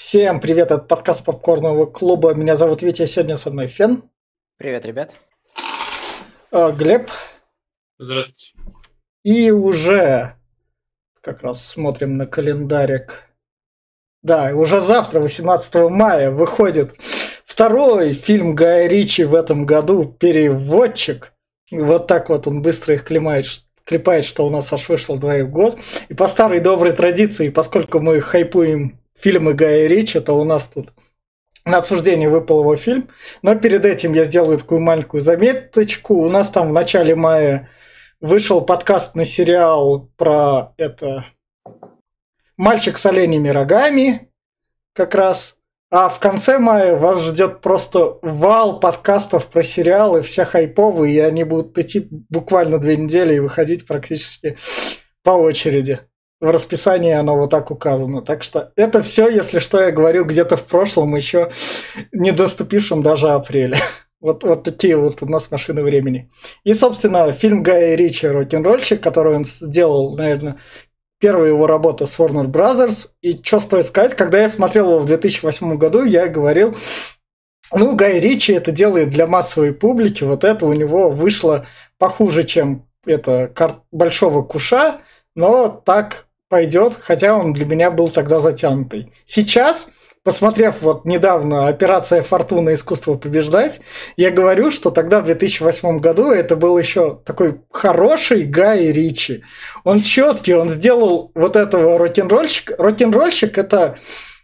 Всем привет, это подкаст Попкорного клуба. Меня зовут Витя, сегодня со мной Фен, Привет, ребят. Глеб. Здравствуйте. И уже как раз смотрим на календарик. Да, уже завтра, 18 мая, выходит второй фильм Гая Ричи в этом году «Переводчик». Вот так вот он быстро их клепает, что у нас аж вышло 2 в год. И по старой доброй традиции, поскольку мы хайпуем фильмы Гая Ричи, то у нас тут на обсуждение выпал его фильм. Но перед этим я сделаю такую маленькую заметочку. У нас там в начале мая вышел подкастный сериал про это «Мальчик с оленями рогами» как раз. А в конце мая вас ждет просто вал подкастов про сериалы, все хайповые, и они будут идти буквально 2 недели и выходить практически по очереди. В расписании оно вот так указано. Так что это все, если что, я говорю где-то в прошлом, еще не доступившем даже апреле. Вот такие вот у нас машины времени. И, собственно, фильм Гая Ричи «Рок-н-ролльщик», который он сделал, наверное, первая его работа с Warner Brothers. И что стоит сказать, когда я смотрел его в 2008 году, я говорил, ну, Гай Ричи это делает для массовой публики, вот это у него вышло похуже, чем это «Большого куша», но так пойдет, хотя он для меня был тогда затянутый. Сейчас, посмотрев вот недавно «Операция Фортуна. Искусство побеждать», я говорю, что тогда в 2008 году это был еще такой хороший Гай Ричи. Он четкий, он сделал вот этого рок-н-ролльщика. Рок-н-ролльщик – это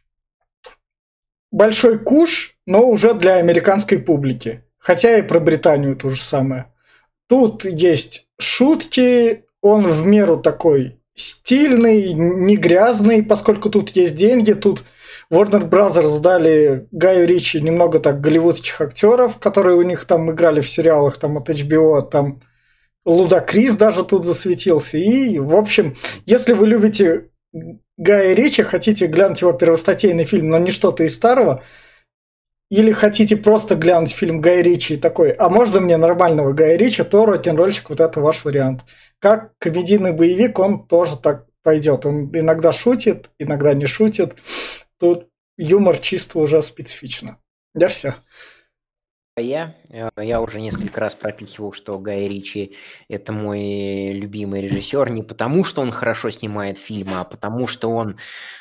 большой куш, но уже для американской публики. Хотя и про Британию то же самое. Тут есть шутки, он в меру такой стильный, не грязный, поскольку тут есть деньги. Тут Warner Brothers дали Гаю Ричи немного так голливудских актеров, которые у них там играли в сериалах там от HBO, там Лудакрис даже тут засветился. И, в общем, если вы любите Гая Ричи, хотите глянуть его первостатейный фильм, но не что-то из старого, или хотите просто глянуть фильм Гая Ричи и такой, а можно мне нормального Гая Ричи, то «Рок-н-ролльщик» вот это ваш вариант. Как комедийный боевик он тоже так пойдет. Он иногда шутит, иногда не шутит. Тут юмор чисто уже специфично. Я все. Я уже несколько раз пропихивал, что Гай Ричи – это мой любимый режиссер не потому, что он хорошо снимает фильмы, а потому что он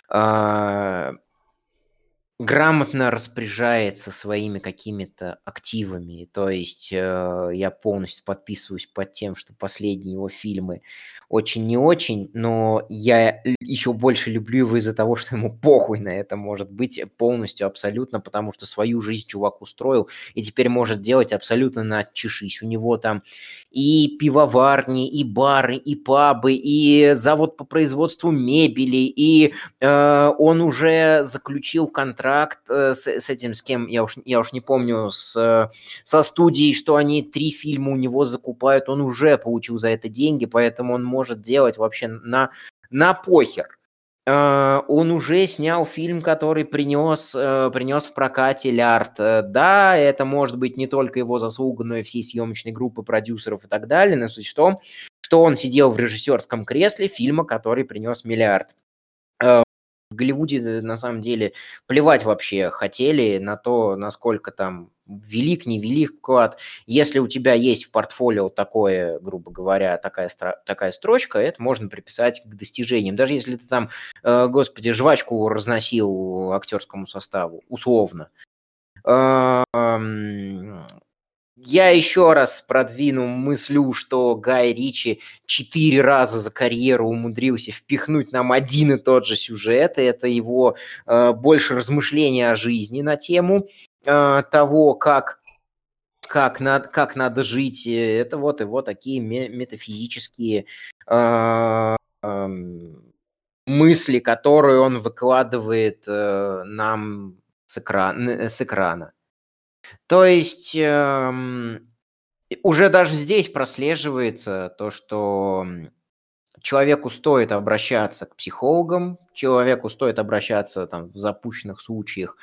грамотно распоряжается своими какими-то активами. То есть я полностью подписываюсь под тем, что последние его фильмы очень не очень, но я еще больше люблю его из-за того, что ему похуй на это может быть полностью, абсолютно, потому что свою жизнь чувак устроил и теперь может делать абсолютно наотчешись. У него там и пивоварни, и бары, и пабы, и завод по производству мебели, и он уже заключил контракт с этим, с кем, я уж не помню, со студией, что они 3 фильма у него закупают, он уже получил за это деньги, поэтому он может делать вообще на похер. Он уже снял фильм, который принес в прокате лярд. Да, это может быть не только его заслуга, но и всей съемочной группы продюсеров и так далее, но суть в том, что он сидел в режиссерском кресле фильма, который принес миллиард. В Голливуде, на самом деле, плевать вообще хотели на то, насколько там велик, невелик вклад. Если у тебя есть в портфолио такое, грубо говоря, такая строчка, это можно приписать к достижениям. Даже если ты там, господи, жвачку разносил актерскому составу, условно. Я еще раз продвину мыслю, что Гай Ричи 4 раза за карьеру умудрился впихнуть нам один и тот же сюжет, и это его больше размышления о жизни на тему того, как надо жить. Это вот его такие метафизические мысли, которые он выкладывает нам с экрана. То есть уже даже здесь прослеживается то, что человеку стоит обращаться к психологам, человеку стоит обращаться там, в запущенных случаях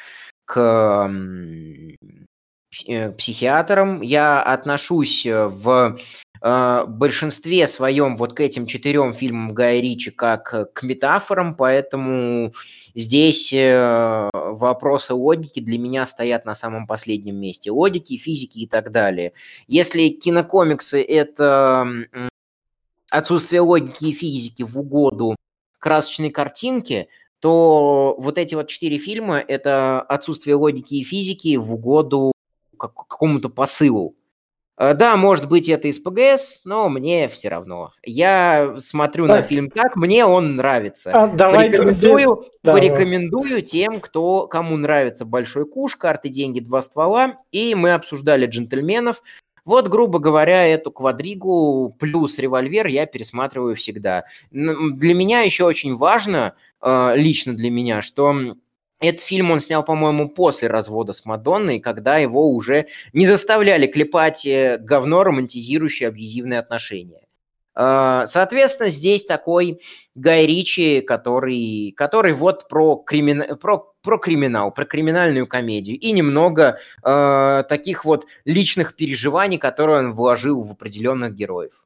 к психиатрам. Я отношусь в в большинстве своем вот к этим 4 фильмам Гая Ричи как к метафорам, поэтому здесь вопросы логики для меня стоят на самом последнем месте. Логики, физики и так далее. Если кинокомиксы – это отсутствие логики и физики в угоду красочной картинке, то вот эти вот 4 фильма – это отсутствие логики и физики в угоду какому-то посылу. Да, может быть, это из ПГС, но мне все равно. Я смотрю на Так, фильм так, мне он нравится. давайте... Да, Порекомендую тем, кому нравится «Большой куш», «Карты, деньги, два ствола», и мы обсуждали «Джентльменов». Вот, грубо говоря, эту квадригу плюс «Револьвер» я пересматриваю всегда. Для меня еще очень важно, лично для меня, что этот фильм он снял, по-моему, после развода с Мадонной, когда его уже не заставляли клепать говно, романтизирующее абьюзивные отношения. Соответственно, здесь такой Гай Ричи, который вот про криминал, про криминальную комедию и немного таких вот личных переживаний, которые он вложил в определенных героев.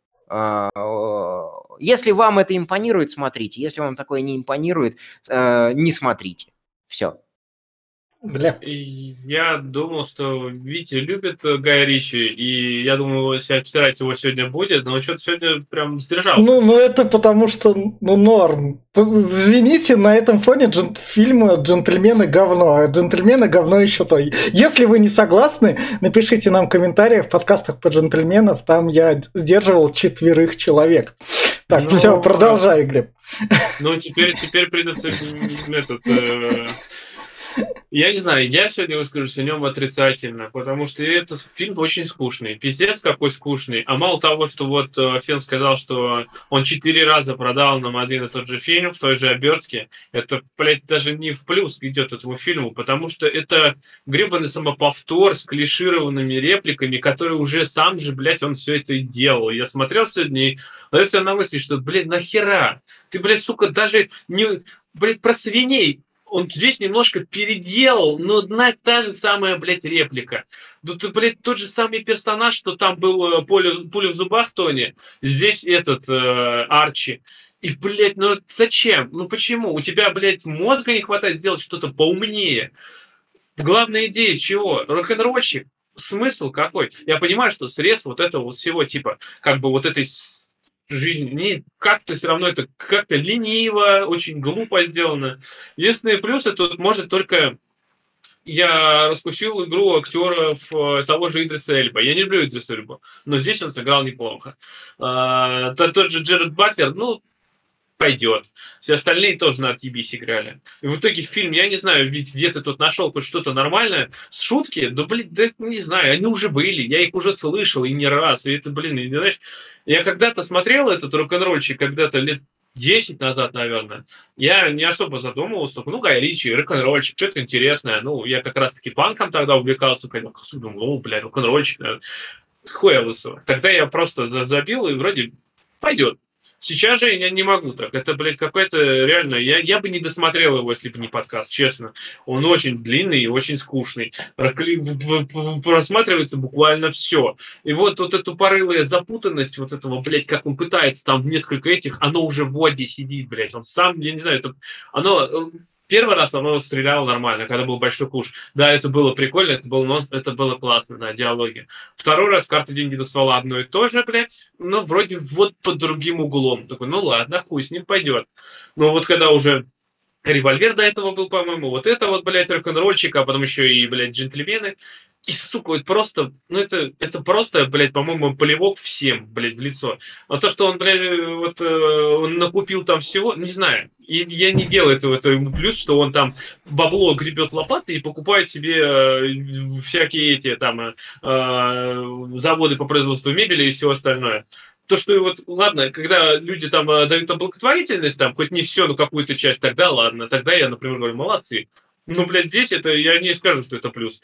Если вам это импонирует, смотрите. Если вам такое не импонирует, не смотрите. Все. Глеб. Я думал, что Витя любит Гая Ричи, и я думал, обсирать его сегодня будет, но что-то сегодня прям сдержался. Ну, это потому что, норм. Извините, на этом фоне фильма «Джентльмены» говно, а «Джентльмены» говно еще то. Если вы не согласны, напишите нам в комментариях в подкастах по «Джентльменов», там я сдерживал 4 человек. Так, все, продолжай, Глеб. Ну, теперь придется я не знаю, я сегодня выскажусь о нем отрицательно, потому что этот фильм очень скучный. Пиздец какой скучный. А мало того, что вот Фен сказал, что он 4 раза продал нам один и тот же фильм в той же обертке, это, блядь, даже не в плюс идет этому фильму, потому что это гребаный самоповтор с клишированными репликами, которые уже сам же, блядь, он все это и делал. Я смотрел сегодня и ловился на мысли, что, блядь, нахера? Ты, блядь, сука, даже не... Блядь, про свиней он здесь немножко переделал, но одна та же самая, блядь, реплика. Тут, блядь, тот же самый персонаж, что там был пуля в зубах Тони, здесь этот Арчи. И, блядь, ну зачем? Ну почему? У тебя, блядь, мозга не хватает сделать что-то поумнее. Главная идея чего? Рок-н-ролльщик. Смысл какой? Я понимаю, что срез вот этого вот всего, типа, как бы вот этой жизни, как-то все равно это как-то лениво, очень глупо сделано. Единственный плюс, это тут может только я раскусил игру актеров того же Идриса Эльба. Я не люблю Идриса Эльба, но здесь он сыграл неплохо. Тот же Джеред Батлер, ну, пойдет. Все остальные тоже на отъебись играли. И в итоге фильм, я не знаю, ведь где ты тут нашел хоть что-то нормальное, с шутки, да, блин, да не знаю, они уже были, я их уже слышал, и не раз, и это, блин, и, знаешь, я когда-то смотрел этот рок-н-ролльчик, когда-то лет 10 назад, наверное, я не особо задумывался, ну, Гай Ричи, рок-н-ролльчик, что-то интересное, ну, я как раз-таки панком тогда увлекался, когда думал, бля, рок-н-ролльчик, хуя лысого. Тогда я просто забил, и вроде пойдет. Сейчас же я не могу так. Это, блядь, какой-то реально... Я бы не досмотрел его, если бы не подкаст, честно. Он очень длинный и очень скучный. Просматривается буквально все. И вот эту тупорылая запутанность вот этого, блядь, как он пытается там в несколько этих, оно уже в воде сидит, блядь. Он сам, я не знаю, это... Оно... Первый раз оно стреляло нормально, когда был большой куш. Да, это было прикольно, это было классно, да, диалоги. Второй раз карты деньги до ствола одно и то же, блядь, но вроде вот под другим углом. Такой, ну ладно, хуй с ним пойдет. Но вот когда уже Револьвер до этого был, по-моему, вот это вот, блядь, рок-н-ролльчик, а потом еще и, блядь, джентльмены. И, сука, это просто, ну это просто, блядь, по-моему, полевок всем, блядь, в лицо. А то, что он, блядь, вот он накупил там всего, не знаю. И я не делаю это ему плюс, что он там бабло гребет лопатой и покупает себе всякие эти там заводы по производству мебели и все остальное. То, что вот, ладно, когда люди там дают там благотворительность, там, хоть не все, но какую-то часть, тогда ладно, тогда я, например, говорю, молодцы. Ну, блядь, здесь это, я не скажу, что это плюс.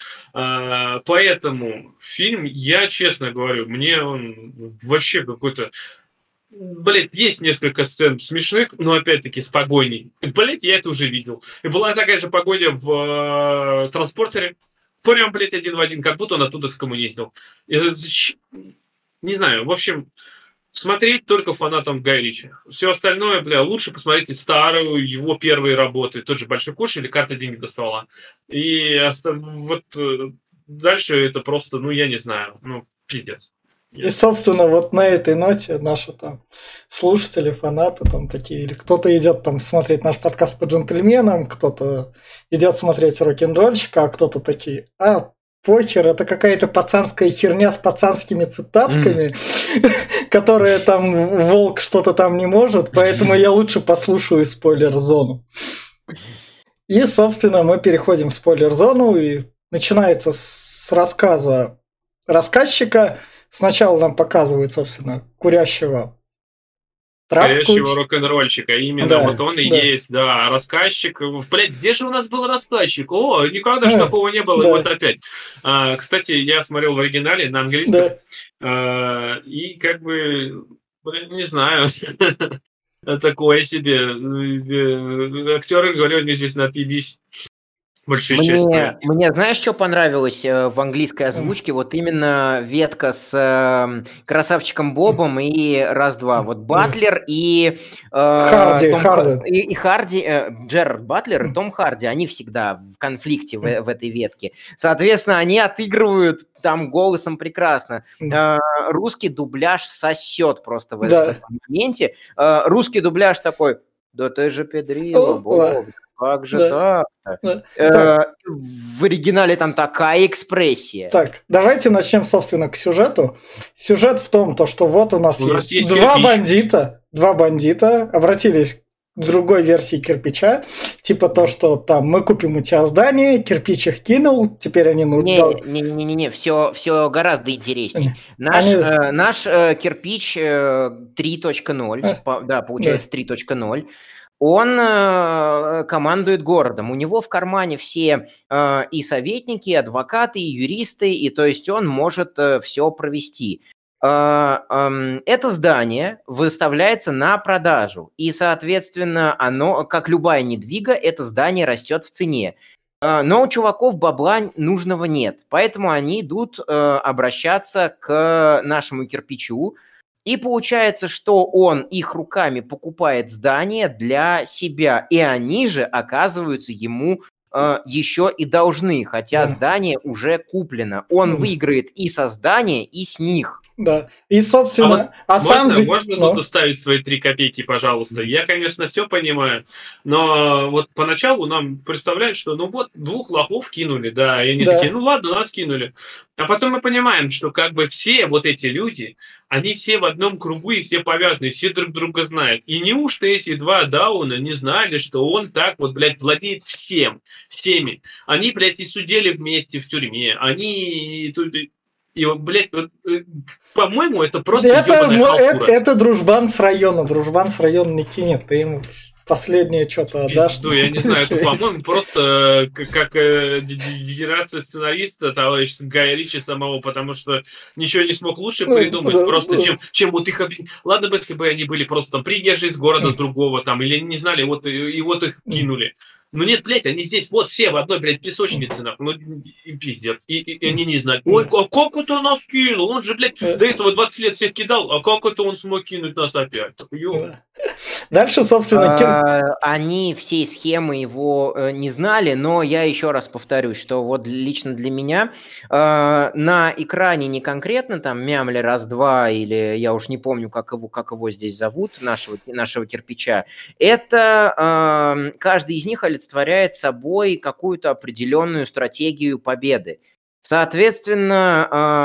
Поэтому фильм, я честно говорю, мне он вообще какой-то... Блять, есть несколько сцен смешных, но опять-таки с погоней. Блять, я это уже видел. И была такая же погоня в транспортере. Прям, блядь, один в один, как будто он оттуда скоммуниздил. не знаю, в общем, смотреть только фанатам Гая Ричи. Все остальное, бля, лучше посмотрите старую, его первые работы, тот же «Большой куш» или «Карта денег до ствола». И вот дальше это просто, ну, я не знаю, ну, пиздец. И, собственно, вот на этой ноте наши там слушатели, фанаты там такие, или кто-то идет там смотреть наш подкаст по джентльменам, кто-то идет смотреть рок-н-ролльщика, а кто-то такие, похер, это какая-то пацанская херня с пацанскими цитатками, которые там волк что-то там не может, поэтому я лучше послушаю спойлер-зону. И, собственно, мы переходим в спойлер-зону, и начинается с рассказа рассказчика. Сначала нам показывают, собственно, курящего травку. Курящего рок-н-ролльщика. Именно Да, вот он и есть, да, рассказчик. Блядь, где же у нас был рассказчик? О, никогда же такого не было, и вот опять. Кстати, я смотрел в оригинале на английском. И как бы, не знаю, такое себе. Актеры говорят неизвестно от BBC. Мне, знаешь, что понравилось в английской озвучке? Вот именно ветка с Красавчиком Бобом и раз-два. Вот Батлер и Харди, Джерард Батлер и Том Харди, они всегда в конфликте в этой ветке. Соответственно, они отыгрывают там голосом прекрасно. Русский дубляж сосет просто в этом моменте. Русский дубляж такой, да ты же педрила, Боб. Как же так-то? В оригинале там такая экспрессия. Так, давайте начнем, собственно, к сюжету. Сюжет в том, что вот у нас есть два бандита, обратились к другой версии кирпича, типа то, что там мы купим у тебя здание, кирпич их кинул, теперь они... Не, все гораздо интереснее. Наш кирпич 3.0, да, получается 3.0, он командует городом. У него в кармане все и советники, и адвокаты, и юристы, и то есть он может все провести. Это здание выставляется на продажу, и, соответственно, оно, как любая недвига, это здание растет в цене. Но у чуваков бабла нужного нет, поэтому они идут обращаться к нашему кирпичу. И получается, что он их руками покупает здание для себя, и они же оказываются ему еще и должны, хотя здание уже куплено. Он выиграет и со здания, и с них. Да, и, собственно, можно тут вставить свои 3 копейки, пожалуйста? Я, конечно, все понимаю, но вот поначалу нам представляют, что ну вот 2 лохов кинули, да, и они такие, ну ладно, нас кинули. А потом мы понимаем, что как бы все вот эти люди, они все в одном кругу и все повязаны, все друг друга знают. И неужто эти 2 Дауна не знали, что он так вот, блядь, владеет всеми? Они, блядь, и судили вместе в тюрьме, они... И, блядь, по-моему, это просто это дружбан с района. Дружбан с района не кинет. Ты ему последнее что-то отдашь. Я не знаю, это, по-моему, просто как дегенерация сценариста, товарища Гая Ричи самого, потому что ничего не смог лучше придумать, чем вот их... Ладно бы, если бы они были просто там приезжие из города, с другого там, или не знали, и вот их кинули. Ну нет, блядь, они здесь вот все в одной, блядь, песочнице, ну и пиздец. И они не знают, ой, а как это нас кинул? Он же, блядь, до этого 20 лет всех кидал, а как это он смог кинуть нас опять? Дальше, собственно... Они всей схемы его не знали, но я еще раз повторюсь, что вот лично для меня на экране не конкретно там Мямли раз-два, или я уж не помню, как его здесь зовут, нашего кирпича, это каждый из них олицетворяет собой какую-то определенную стратегию победы. Соответственно,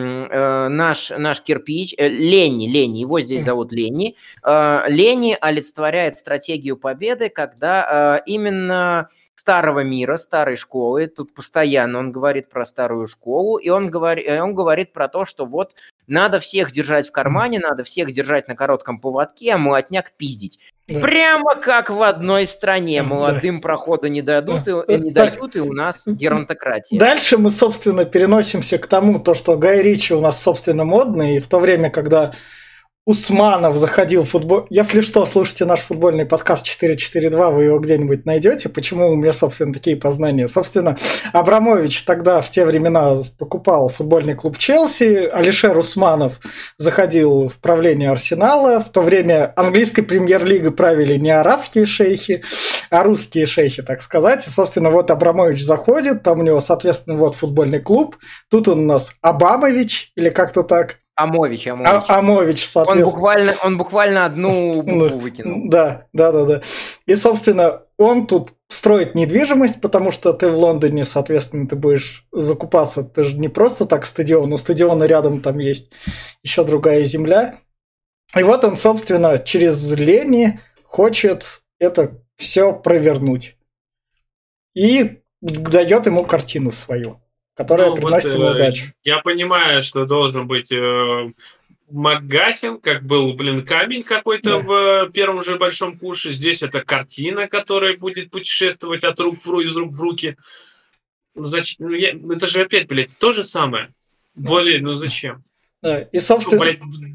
наш кирпич, Ленни, его здесь зовут Ленни, Ленни олицетворяет стратегию победы, когда именно старого мира, старой школы, тут постоянно он говорит про старую школу, и он говорит про то, что вот надо всех держать в кармане, надо всех держать на коротком поводке, а молодняк пиздить. Да. Прямо как в одной стране. Молодым прохода не дают, и у нас геронтократия. Дальше мы, собственно, переносимся к тому, что Гай Ричи у нас, собственно, модный, и в то время, когда Усманов заходил в футбол. Если что, слушайте наш футбольный подкаст 442, вы его где-нибудь найдете. Почему у меня, собственно, такие познания? Собственно, Абрамович тогда в те времена покупал футбольный клуб Челси, Алишер Усманов заходил в правление Арсенала. В то время английской премьер-лигой правили не арабские шейхи, а русские шейхи, так сказать. И, собственно, вот Абрамович заходит, там у него, соответственно, вот футбольный клуб. Тут он у нас Абамович, или как-то так. Амович. Амович, соответственно. Он буквально одну букву выкинул. Да. И, собственно, он тут строит недвижимость, потому что ты в Лондоне, соответственно, ты будешь закупаться. Ты же не просто так стадион, у стадиона рядом там есть еще другая земля. И вот он, собственно, через лени хочет это все провернуть. И дает ему картину свою, которая приносит ему удачу. Я понимаю, что должен быть МакГаффин, как был, камень какой-то в первом же большом куше. Здесь это картина, которая будет путешествовать от рук из рук в руки. Зачем? Это же опять, то же самое. Зачем? Да. И, собственно...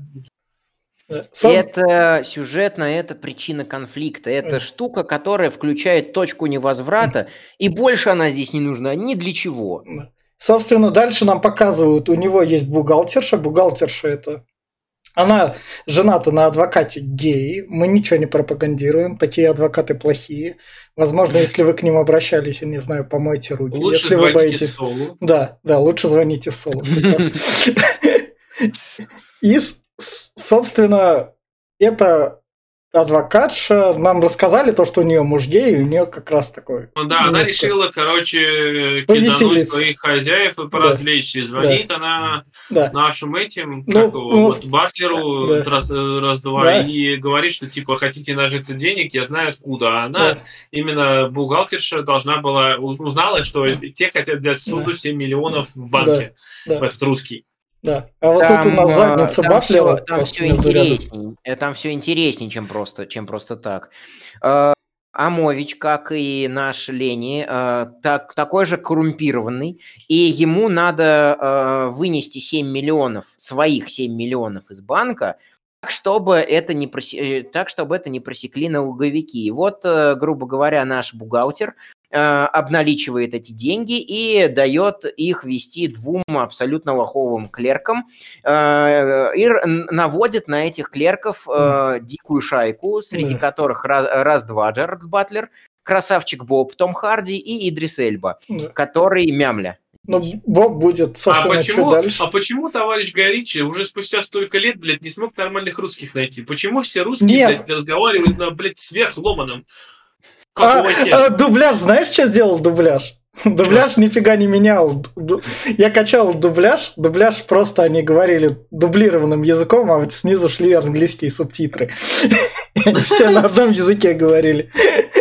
Это сюжетно, это причина конфликта. Это штука, которая включает точку невозврата, и больше она здесь не нужна ни для чего. Собственно, дальше нам показывают, у него есть бухгалтерша. Бухгалтерша это... Она жената на адвокате геи. Мы ничего не пропагандируем. Такие адвокаты плохие. Возможно, если вы к ним обращались, я не знаю, помойте руки. Лучше если вы боитесь... Солу. Да, лучше звоните Солу. И, собственно, это... адвокатша, нам рассказали то, что у нее муж гей, и у нее как раз такой... она решила, кидануть своих хозяев и поразвлечься. Звонит она нашим этим, Батлеру раз-два, и говорит, что, хотите нажиться денег, я знаю откуда. А она, именно бухгалтерша, узнала, что те хотят взять суду 7 миллионов в банке, в этот русский. Да, а вот тут у нас задница Батлера. Там все интереснее, чем просто так. Амович, как и наш Лени, такой же коррумпированный, и ему надо вынести 7 миллионов, своих 7 миллионов из банка, так, чтобы это не просекли налоговики. И вот, грубо говоря, наш бухгалтер обналичивает эти деньги и дает их вести двум абсолютно лоховым клеркам и наводит на этих клерков дикую шайку, среди которых раз-два Джерард Батлер, красавчик Боб Том Харди и Идрис Эльба, который мямля. Но Боб будет, собственно, что дальше. А почему товарищ Гай Ричи уже спустя столько лет, не смог нормальных русских найти? Почему все русские, разговаривают на, сверхломаном? Дубляж, знаешь, что сделал дубляж? Дубляж нифига не менял. Я качал дубляж просто они говорили дублированным языком, а вот снизу шли английские субтитры. Они все на одном языке говорили.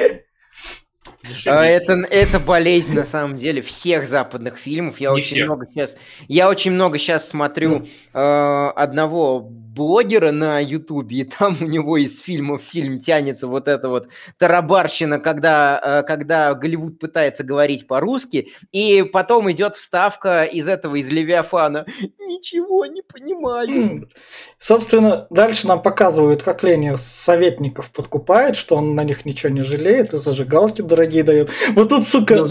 Это болезнь, на самом деле, всех западных фильмов. Я очень много сейчас смотрю одного блогера на Ютубе, и там у него из фильма в фильм тянется вот эта вот тарабарщина, когда Голливуд пытается говорить по-русски, и потом идет вставка из Левиафана. Ничего не понимаю. Собственно, дальше нам показывают, как Лени советников подкупает, что он на них ничего не жалеет, и зажигалки дорогие дает. Вот тут, сука,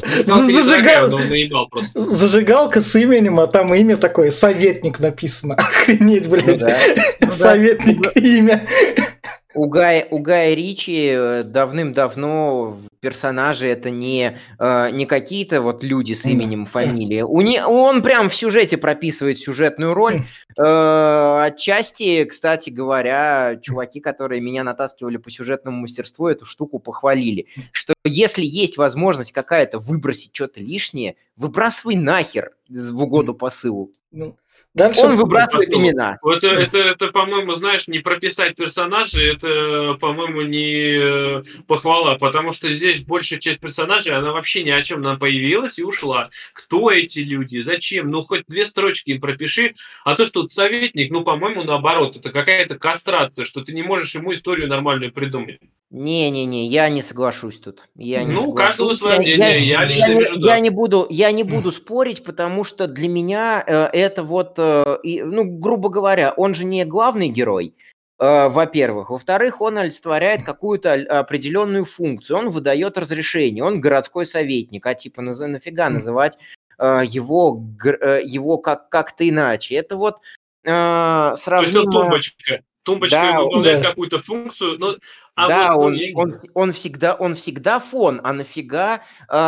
зажигалка с именем, а там имя такое, советник написано. Охренеть, блядь. Советник, имя. У Гая Ричи давным-давно персонажи это не какие-то вот люди с именем, фамилией. Он прям в сюжете прописывает сюжетную роль. Отчасти, кстати говоря, чуваки, которые меня натаскивали по сюжетному мастерству, эту штуку похвалили. Что если есть возможность какая-то выбросить что-то лишнее, выбрасывай нахер в угоду посылу. Дальше он выбрасывает имена. Это, по-моему, знаешь, не прописать персонажей, это, по-моему, не похвала, потому что здесь большая часть персонажей, она вообще ни о чем, она появилась и ушла. Кто эти люди? Зачем? Хоть 2 строчки им пропиши, а то, что советник, по-моему, наоборот, это какая-то кастрация, что ты не можешь ему историю нормальную придумать. Не-не-не, я не соглашусь тут. Каждого свое мнение, я лично вижу, да. Я не буду спорить, потому что для меня это вот, грубо говоря, он же не главный герой, во-первых. Во-вторых, он олицетворяет какую-то определенную функцию. Он выдает разрешение. Он городской советник. А типа нафига называть его как-то иначе? Это вот То есть он сравнимо... тумбочка. Тумбочка Да, выполняет да. какую-то функцию. Ну, Да, вот, я не знаю. он всегда фон, а нафига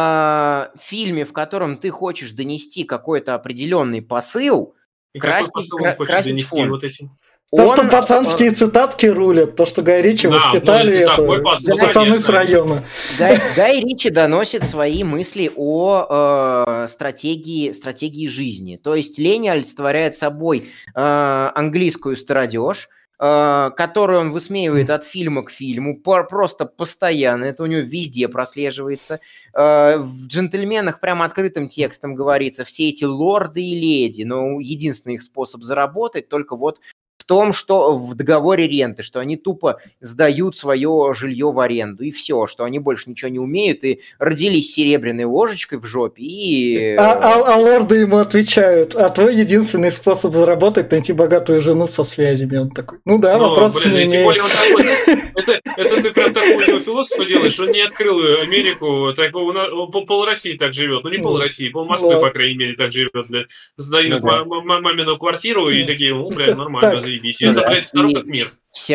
в фильме, в котором ты хочешь донести какой-то определенный посыл, И какой посыл он хочет донести красить фон? вот этим? То, что пацанские цитатки рулят, то, что Гай Ричи Да, воспитали, если такой это посыл, пацаны с конечно. района. Гай Ричи доносит свои мысли о стратегии жизни. То есть Лени олицетворяет собой английскую страдеж, которую он высмеивает от фильма к фильму, просто постоянно, это у него везде прослеживается. В «Джентльменах» прямо открытым текстом говорится, все эти лорды и леди, но единственный их способ заработать только вот в том, что в договоре ренты, что они тупо сдают свое жилье в аренду, и все, что они больше ничего не умеют, и родились серебряной ложечкой в жопе, и... А лорды ему отвечают, а твой единственный способ заработать — найти богатую жену со связями. Он такой, ну да, вопросов не тем имею. более он такой, это ты прям такого философа делаешь, он не открыл Америку, пол России так живет, ну не пол России, пол Москвы, по крайней мере, так живет, сдают мамину квартиру и такие, нормально, заебись. Это, блядь, второй как мир.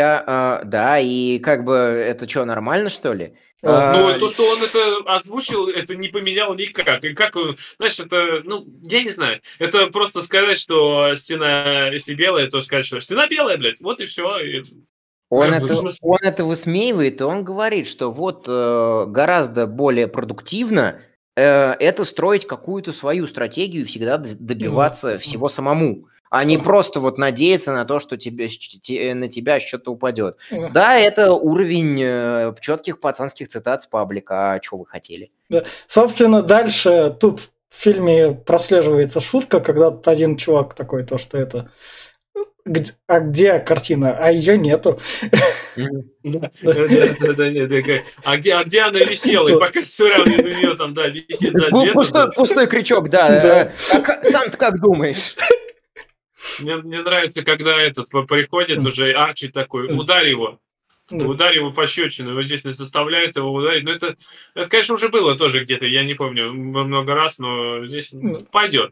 Да, и как бы это что, нормально, что ли? То, что он это озвучил, это не поменяло никак. И как, знаешь, это, я не знаю. Это просто сказать, что стена, если белая, то сказать, что стена белая, блядь, вот и все. Он это высмеивает, и он говорит, что вот гораздо более продуктивно это строить какую-то свою стратегию и всегда добиваться всего самому, а не просто вот надеяться на то, что на тебя что-то упадет. Да, это уровень четких пацанских цитат с паблика, а что вы хотели? Да. Собственно, дальше тут в фильме прослеживается шутка, когда один чувак такой, то что это... А где картина? А ее нету. Да. А где она висела? И пока все равно у нее там, да, висит за пустой крючок, да. Сам-то как думаешь? Мне нравится, когда этот приходит уже Арчи такой, ударь его пощечину, его здесь не заставляют его ударить. Но это, конечно, уже было тоже где-то, я не помню, много раз, но здесь пойдет.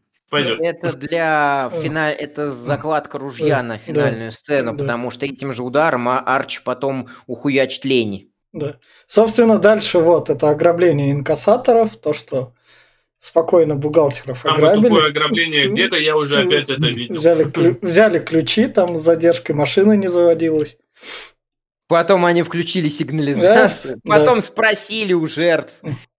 Это это закладка ружья на финальную сцену, потому что этим же ударом Арчи потом ухуячит Лени. Да. Собственно, дальше вот это ограбление инкассаторов, то, что спокойно бухгалтеров ограбили. Такое ограбление, где-то я уже опять это видел. Взяли ключи, там с задержкой машина не заводилась. Потом они включили сигнализацию, потом спросили у жертв,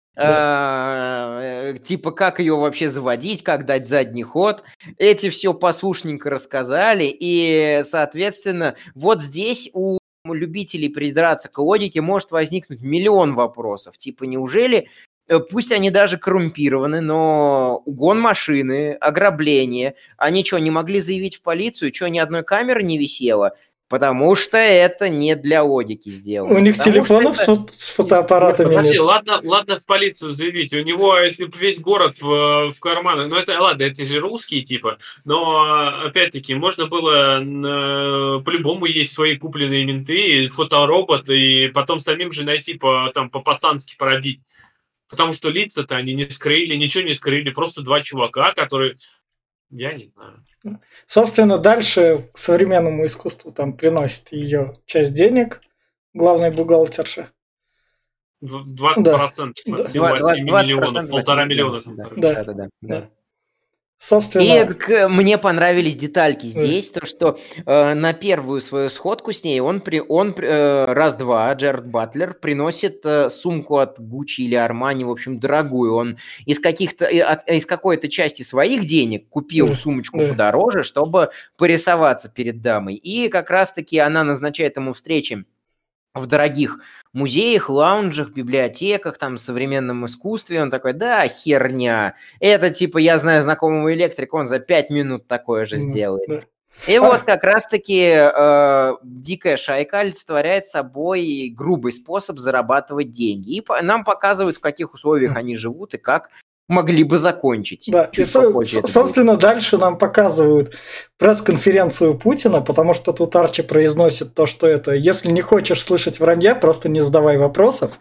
типа, как ее вообще заводить, как дать задний ход. Эти все послушненько рассказали, и, соответственно, вот здесь у любителей придраться к логике может возникнуть миллион вопросов. Типа, неужели, пусть они даже коррумпированы, но угон машины, ограбление, они что, не могли заявить в полицию, что ни одной камеры не висело? Потому что это не для логики сделано. У них телефонов с фотоаппаратами нет. Ладно в полицию заявить. У него, если весь город в карманах, это ладно, это же русские типа, но опять-таки можно было, по-любому есть свои купленные менты, фоторобот, и потом самим же найти по-пацански пробить. Потому что лица-то они не скрыли, ничего не скрыли, просто два чувака, которые... Я не знаю. Собственно, дальше к современному искусству там приносит ее часть денег, главной бухгалтерши. 20% от 7 миллионов, 1,5 миллиона. Да. Собственно... И мне понравились детальки здесь, то что на первую свою сходку с ней он раз-два, Джерард Батлер, приносит сумку от Гуччи или Армани, в общем, дорогую. Он из какой-то части своих денег купил сумочку подороже, чтобы порисоваться перед дамой. И как раз-таки она назначает ему встречи в дорогих музеях, лаунжах, библиотеках, там, современном искусстве. Он такой, да, херня. Это типа, я знаю знакомого электрика, он за 5 минут такое же сделает. И вот как раз-таки дикая шайка олицетворяет собой грубый способ зарабатывать деньги. И нам показывают, в каких условиях они живут и как могли бы закончить. Да, и, Чуть попозже это собственно, дальше нам показывают пресс-конференцию Путина, потому что тут Арчи произносит то, что это, если не хочешь слышать вранья, просто не задавай вопросов.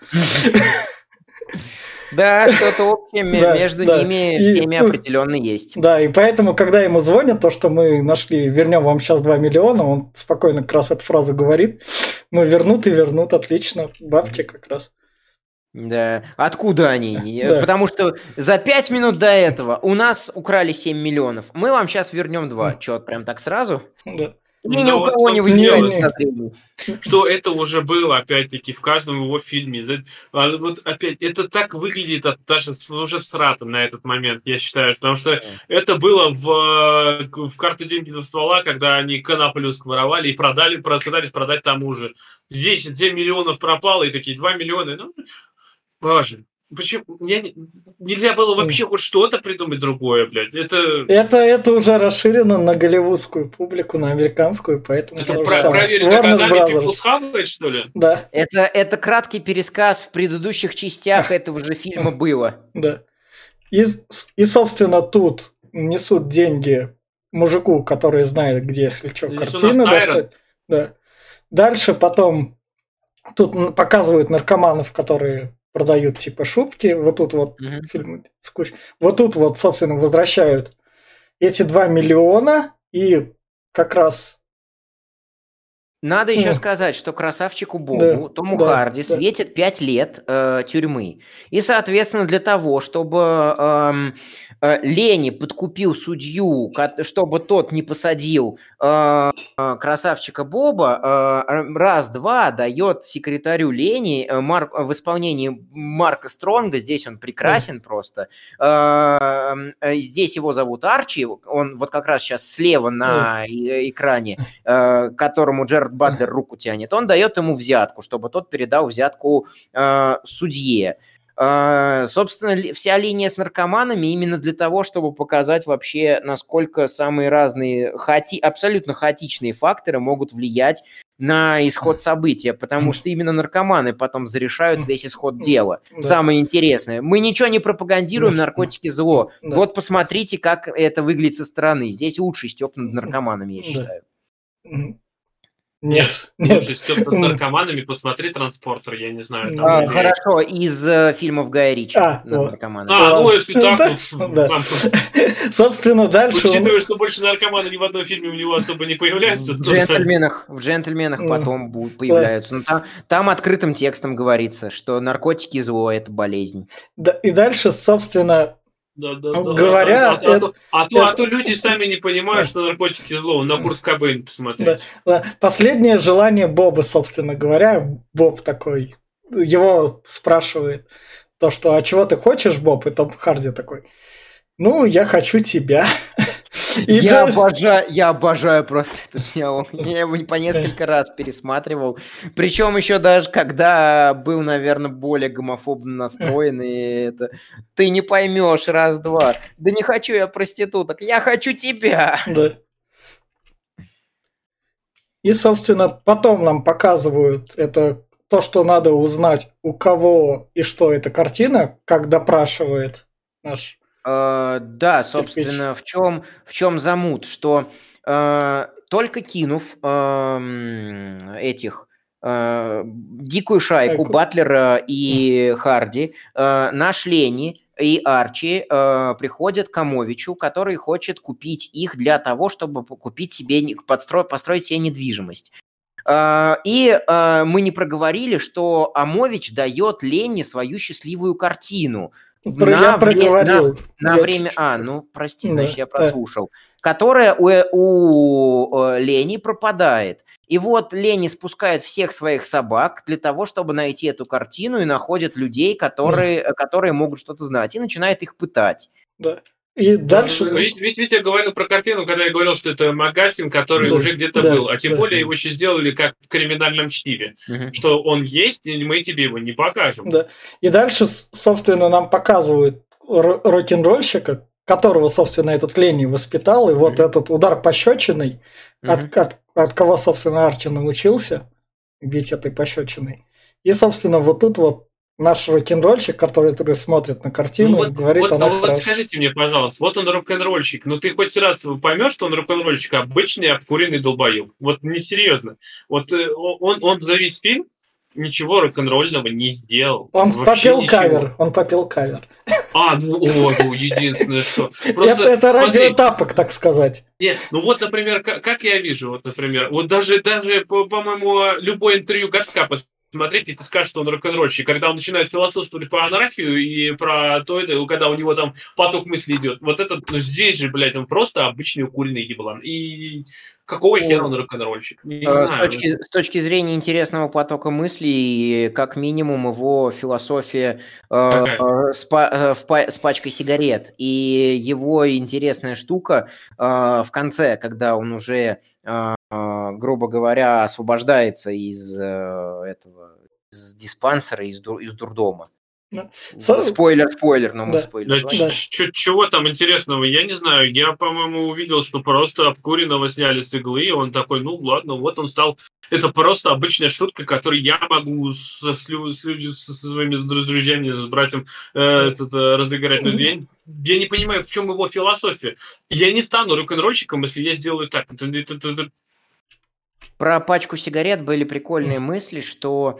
Да, что-то общее между ними всеми определенно есть. Да, и поэтому, когда ему звонят, то, что мы нашли, вернем вам сейчас 2 миллиона, он спокойно как раз эту фразу говорит. Ну, вернут и вернут, отлично, бабки как раз. Да, откуда они? Да. Потому что за 5 минут до этого у нас украли 7 миллионов. Мы вам сейчас вернем 2. Чё, прям так сразу? Да. И ни у кого не возникает подозрений. Что это уже было, опять-таки, в каждом его фильме. Вот опять, это так выглядит даже уже всратом на этот момент, я считаю. Потому что это было в «Карты, деньги, два ствола», когда они Коноплю воровали и пытались продать тому же. Здесь 7 миллионов пропало, и такие 2 миллиона. Ну, боже. Почему? Нельзя было вообще хоть что-то придумать другое, блядь. Это уже расширено на голливудскую публику, на американскую, поэтому... Это проверено, когда Netflix хавает, что ли? Да. Это краткий пересказ в предыдущих частях этого же фильма было. Да. И, собственно, тут несут деньги мужику, который знает, где, если что, картины достать. Да. Дальше потом тут показывают наркоманов, которые... продают типа шубки, вот тут вот фильм скучно. Вот тут вот, собственно, возвращают эти 2 миллиона, и как раз... Надо еще сказать, что красавчику Бобу, Тому Харди, светит 5 лет тюрьмы. И, соответственно, для того, чтобы Лени подкупил судью, чтобы тот не посадил красавчика Боба, раз-два дает секретарю Лени в исполнении Марка Стронга, здесь он прекрасен просто, здесь его зовут Арчи, он вот как раз сейчас слева на экране, которому Джерард Батлер руку тянет, он дает ему взятку, чтобы тот передал взятку судье. Собственно, вся линия с наркоманами именно для того, чтобы показать вообще, насколько самые разные абсолютно хаотичные факторы могут влиять на исход события, потому что именно наркоманы потом зарешают весь исход дела. Самое интересное. Мы ничего не пропагандируем, наркотики зло. Вот посмотрите, как это выглядит со стороны. Здесь лучший стёб над наркоманами, я считаю. Нет. Лучше с наркоманами посмотри «Транспортер», я не знаю. Хорошо, из фильмов Гая Ричи над наркоманами. Если так, собственно, дальше... Учитывая, что больше наркоманы ни в одном фильме у него особо не появляются. В «Джентльменах» потом будут появляются. Но там открытым текстом говорится, что наркотики зло – это болезнь. И дальше, собственно... Говоря, а то люди сами не понимают, что наркотики зло. На Курт Кобейн посмотреть. Последнее желание Боба, собственно говоря, Боб такой, его спрашивает то, что, а чего ты хочешь, Боб? И Том Харди такой, ну, я хочу тебя. Я обожаю просто этот диалог. Я его по несколько раз пересматривал. Причем еще даже когда был, наверное, более гомофобно настроен. И это... Ты не поймешь, раз-два. Да не хочу я проституток, я хочу тебя. Да. И, собственно, потом нам показывают это то, что надо узнать, у кого и что эта картина, как допрашивает наш... Да, собственно, в чем замут, что только кинув дикую шайку Батлера и Харди, наш Лени и Арчи приходят к Амовичу, который хочет купить их для того, чтобы купить себе, построить себе недвижимость. И мы не проговорили, что Амович дает Лене свою счастливую картину. Я проговорил. На время... прости, значит, я прослушал. Которая у Лени пропадает. И вот Лени спускает всех своих собак для того, чтобы найти эту картину, и находит людей, которые могут что-то знать, и начинает их пытать. Да. И дальше... Ведь я говорил про картину, когда я говорил, что это МакГаффин, который уже где-то был. А тем более его еще сделали как в «Криминальном чтиве». Что он есть, и мы тебе его не покажем. Да. И дальше, собственно, нам показывают рок-н-ролльщика, которого, собственно, этот Ленни воспитал. И вот этот удар пощечиной, от кого, собственно, Арчи научился бить этой пощечиной. И, собственно, вот тут вот наш рок-н-ролльщик, который смотрит на картину, говорит, она вот хорошая. скажите мне, пожалуйста, вот он рок-н-ролльщик, но ты хоть раз поймешь, что он рок-н-ролльщик, обычный обкуренный долбоеб. Вот несерьезно. Вот он за весь фильм ничего рок-н-ролльного не сделал. Он Вообще попел ничего. кавер, он попел кавер. Ну единственное, что... Просто, Это смотри, радиотапок, так сказать. не, ну вот, например, как я вижу, вот, например, вот даже по-моему, любое интервью Горшка посмотреть, и ты скажешь, что он рок-н-ролльщик, когда он начинает философствовать про анархию и про то, это, когда у него там поток мыслей идет. Вот этот, ну здесь же, блядь, он просто обычный укуренный еблан. И какого хера он рок-н-ролльщик? Не знаю. С точки зрения интересного потока мыслей, как минимум его философия с пачкой сигарет. И его интересная штука в конце, когда он уже, грубо говоря, освобождается из этого из диспансера, из дурдома. Да. Спойлер, но мы Да. спойлер. Да, чего там интересного, я не знаю. Я, по-моему, увидел, что просто обкуренного сняли с иглы, и он такой, ну ладно, вот он стал... Это просто обычная шутка, которую я могу со своими друзьями, с братьем разыграть. Но я не понимаю, в чем его философия. Я не стану рок-н-ролльщиком, если я сделаю так. Про пачку сигарет были прикольные мысли, что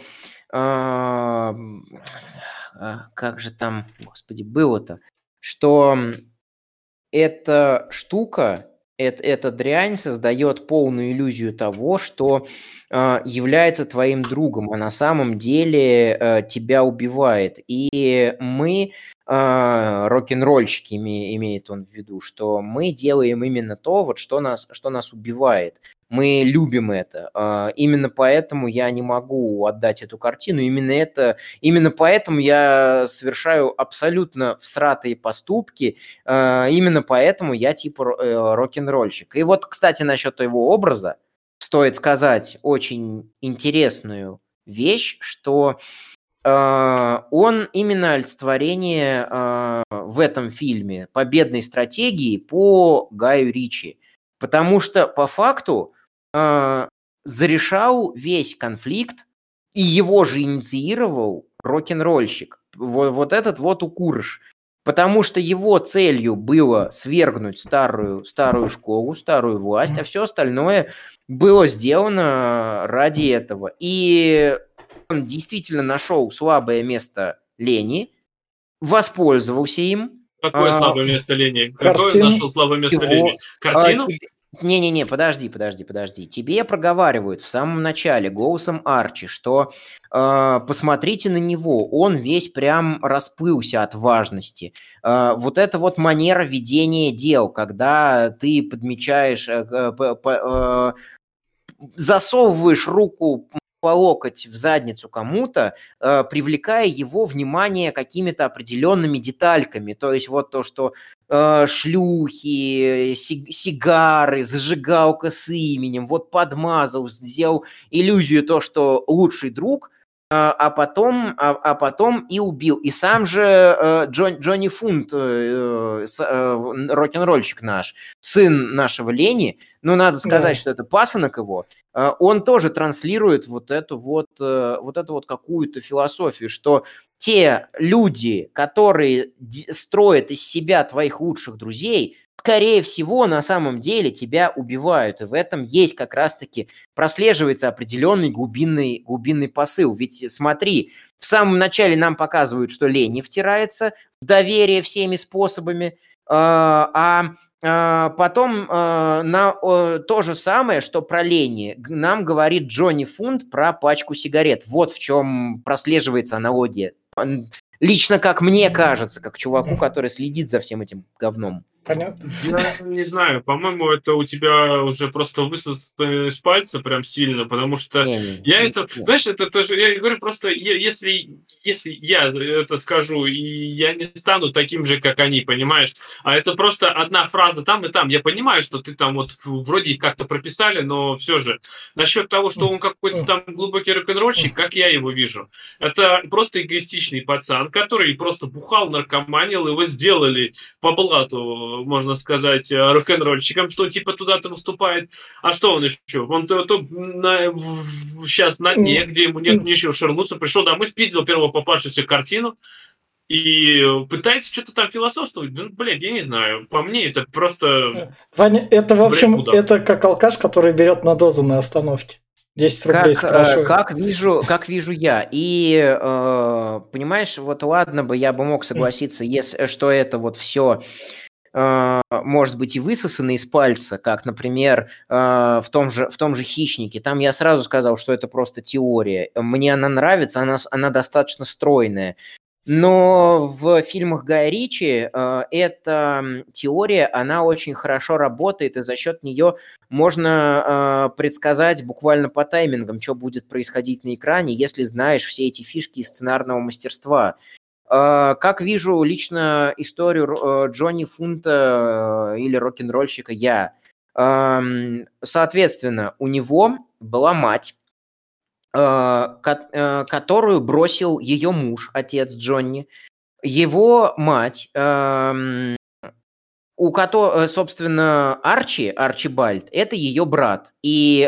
как же там, господи, было-то, что эта штука, эта дрянь создает полную иллюзию того, что является твоим другом, а на самом деле тебя убивает. И мы, рок-н-ролльщики, имеет он в виду, что мы делаем именно то, вот, что нас убивает. Мы любим это. Именно поэтому я не могу отдать эту картину. Именно поэтому я совершаю абсолютно всратые поступки. Именно поэтому я типа рок-н-ролльщик. И вот, кстати, насчет его образа стоит сказать очень интересную вещь, что он именно олицетворение в этом фильме победной стратегии по Гаю Ричи. Потому что по факту зарешал весь конфликт, и его же инициировал рок-н-ролльщик. Вот этот вот укурыш. Потому что его целью было свергнуть старую школу, старую власть, а все остальное было сделано ради этого. И он действительно нашел слабое место Лени, воспользовался им. Какое слабое место Лени? Какое он Картину. нашел слабое место Лени? Картину? Не-не-не, подожди. Тебе проговаривают в самом начале голосом Арчи, что посмотрите на него, он весь прям расплылся от важности. Вот эта вот манера ведения дел, когда ты подмечаешь, засовываешь руку по локоть в задницу кому-то, привлекая его внимание какими-то определенными детальками. То есть вот то, что шлюхи, сигары, зажигалка с именем, вот подмазал, сделал иллюзию то, что лучший друг, а потом и убил. И сам же Джонни Фунт, рок-н-ролльщик наш, сын нашего Лени, ну, надо сказать, что это пасынок его, он тоже транслирует вот эту вот какую-то философию, что те люди, которые строят из себя твоих лучших друзей, скорее всего, на самом деле тебя убивают. И в этом есть как раз-таки прослеживается определенный глубинный посыл. Ведь смотри, в самом начале нам показывают, что Лени втирается в доверие всеми способами, потом то же самое, что про Лени, нам говорит Джонни Фунт про пачку сигарет. Вот в чем прослеживается аналогия. Лично, как мне кажется, как чуваку, который следит за всем этим говном. Понятно. Я не знаю, по-моему, это у тебя уже просто высосано из пальца прям сильно, потому что знаешь, это тоже, я говорю, просто если я это скажу, и я не стану таким же, как они, понимаешь, а это просто одна фраза там и там, я понимаю, что ты там вот вроде их как-то прописали, но все же, насчет того, что он какой-то там глубокий рок-н-ролльщик, как я его вижу, это просто эгоистичный пацан, который просто бухал, наркоманил, его сделали по блату можно сказать, рок-н-ролльщиком, что типа туда-то выступает. А что он еще? Он сейчас на дне, где ему нет ничего ширнуться, пришел домой, спиздил первого попавшуюся картину и пытается что-то там философствовать. Да, блядь, я не знаю. По мне это просто... Ваня, это, в общем, Блядь, это как алкаш, который берет на дозу на остановке. 10 рублей спрашиваю. Как вижу я. И, понимаешь, вот ладно бы, я бы мог согласиться, если, что это вот все может быть и высосано из пальца, как, например, в том же «Хищнике». Там я сразу сказал, что это просто теория. Мне она нравится, она достаточно стройная. Но в фильмах Гая Ричи эта теория, она очень хорошо работает, и за счет нее можно предсказать буквально по таймингам, что будет происходить на экране, если знаешь все эти фишки из сценарного мастерства. Как вижу лично историю Джонни Фунта или рок-н-ролльщика я. Соответственно, у него была мать, которую бросил ее муж, отец Джонни. Его мать, собственно, Арчибальд, это ее брат. И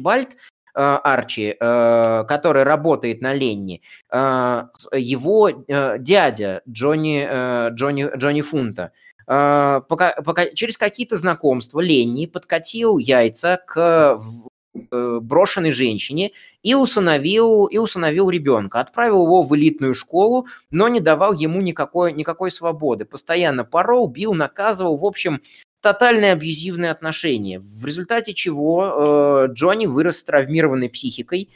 Арчи, который работает на Ленни, его дядя Джонни Фунта. Через какие-то знакомства Ленни подкатил яйца к брошенной женщине и усыновил ребенка. Отправил его в элитную школу, но не давал ему никакой свободы. Постоянно порол, бил, наказывал. В общем, тотальное абьюзивное отношение. В результате чего Джонни вырос с травмированной психикой.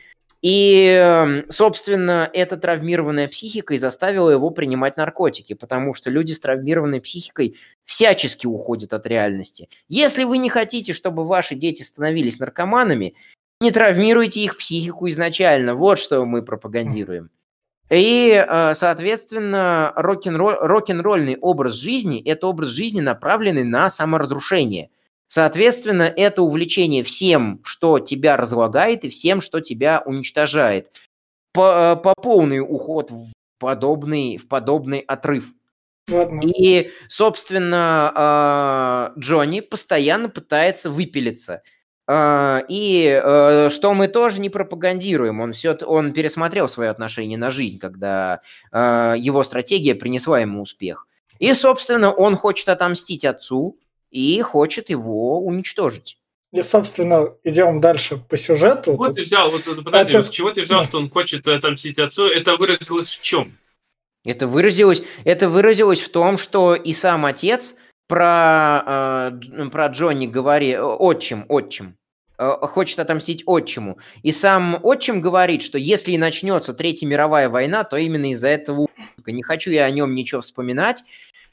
И, собственно, эта травмированная психика и заставила его принимать наркотики, потому что люди с травмированной психикой всячески уходят от реальности. Если вы не хотите, чтобы ваши дети становились наркоманами, не травмируйте их психику изначально. Вот что мы пропагандируем. И, соответственно, рок-н-ролльный образ жизни – это образ жизни, направленный на саморазрушение. Соответственно, это увлечение всем, что тебя разлагает, и всем, что тебя уничтожает. По полный уход в подобный отрыв. Ладно. И, собственно, Джонни постоянно пытается выпилиться. И что мы тоже не пропагандируем. Он пересмотрел свое отношение на жизнь, когда его стратегия принесла ему успех. И, собственно, он хочет отомстить отцу, и хочет его уничтожить. И, собственно, идем дальше по сюжету. Вот ты взял, подожди, с чего ты взял, что он хочет отомстить отцу? Это выразилось в чем? Это выразилось в том, что и сам отец про Джонни говорит, отчим, хочет отомстить отчиму. И сам отчим говорит, что если и начнется Третья мировая война, то именно из-за этого не хочу я о нем ничего вспоминать.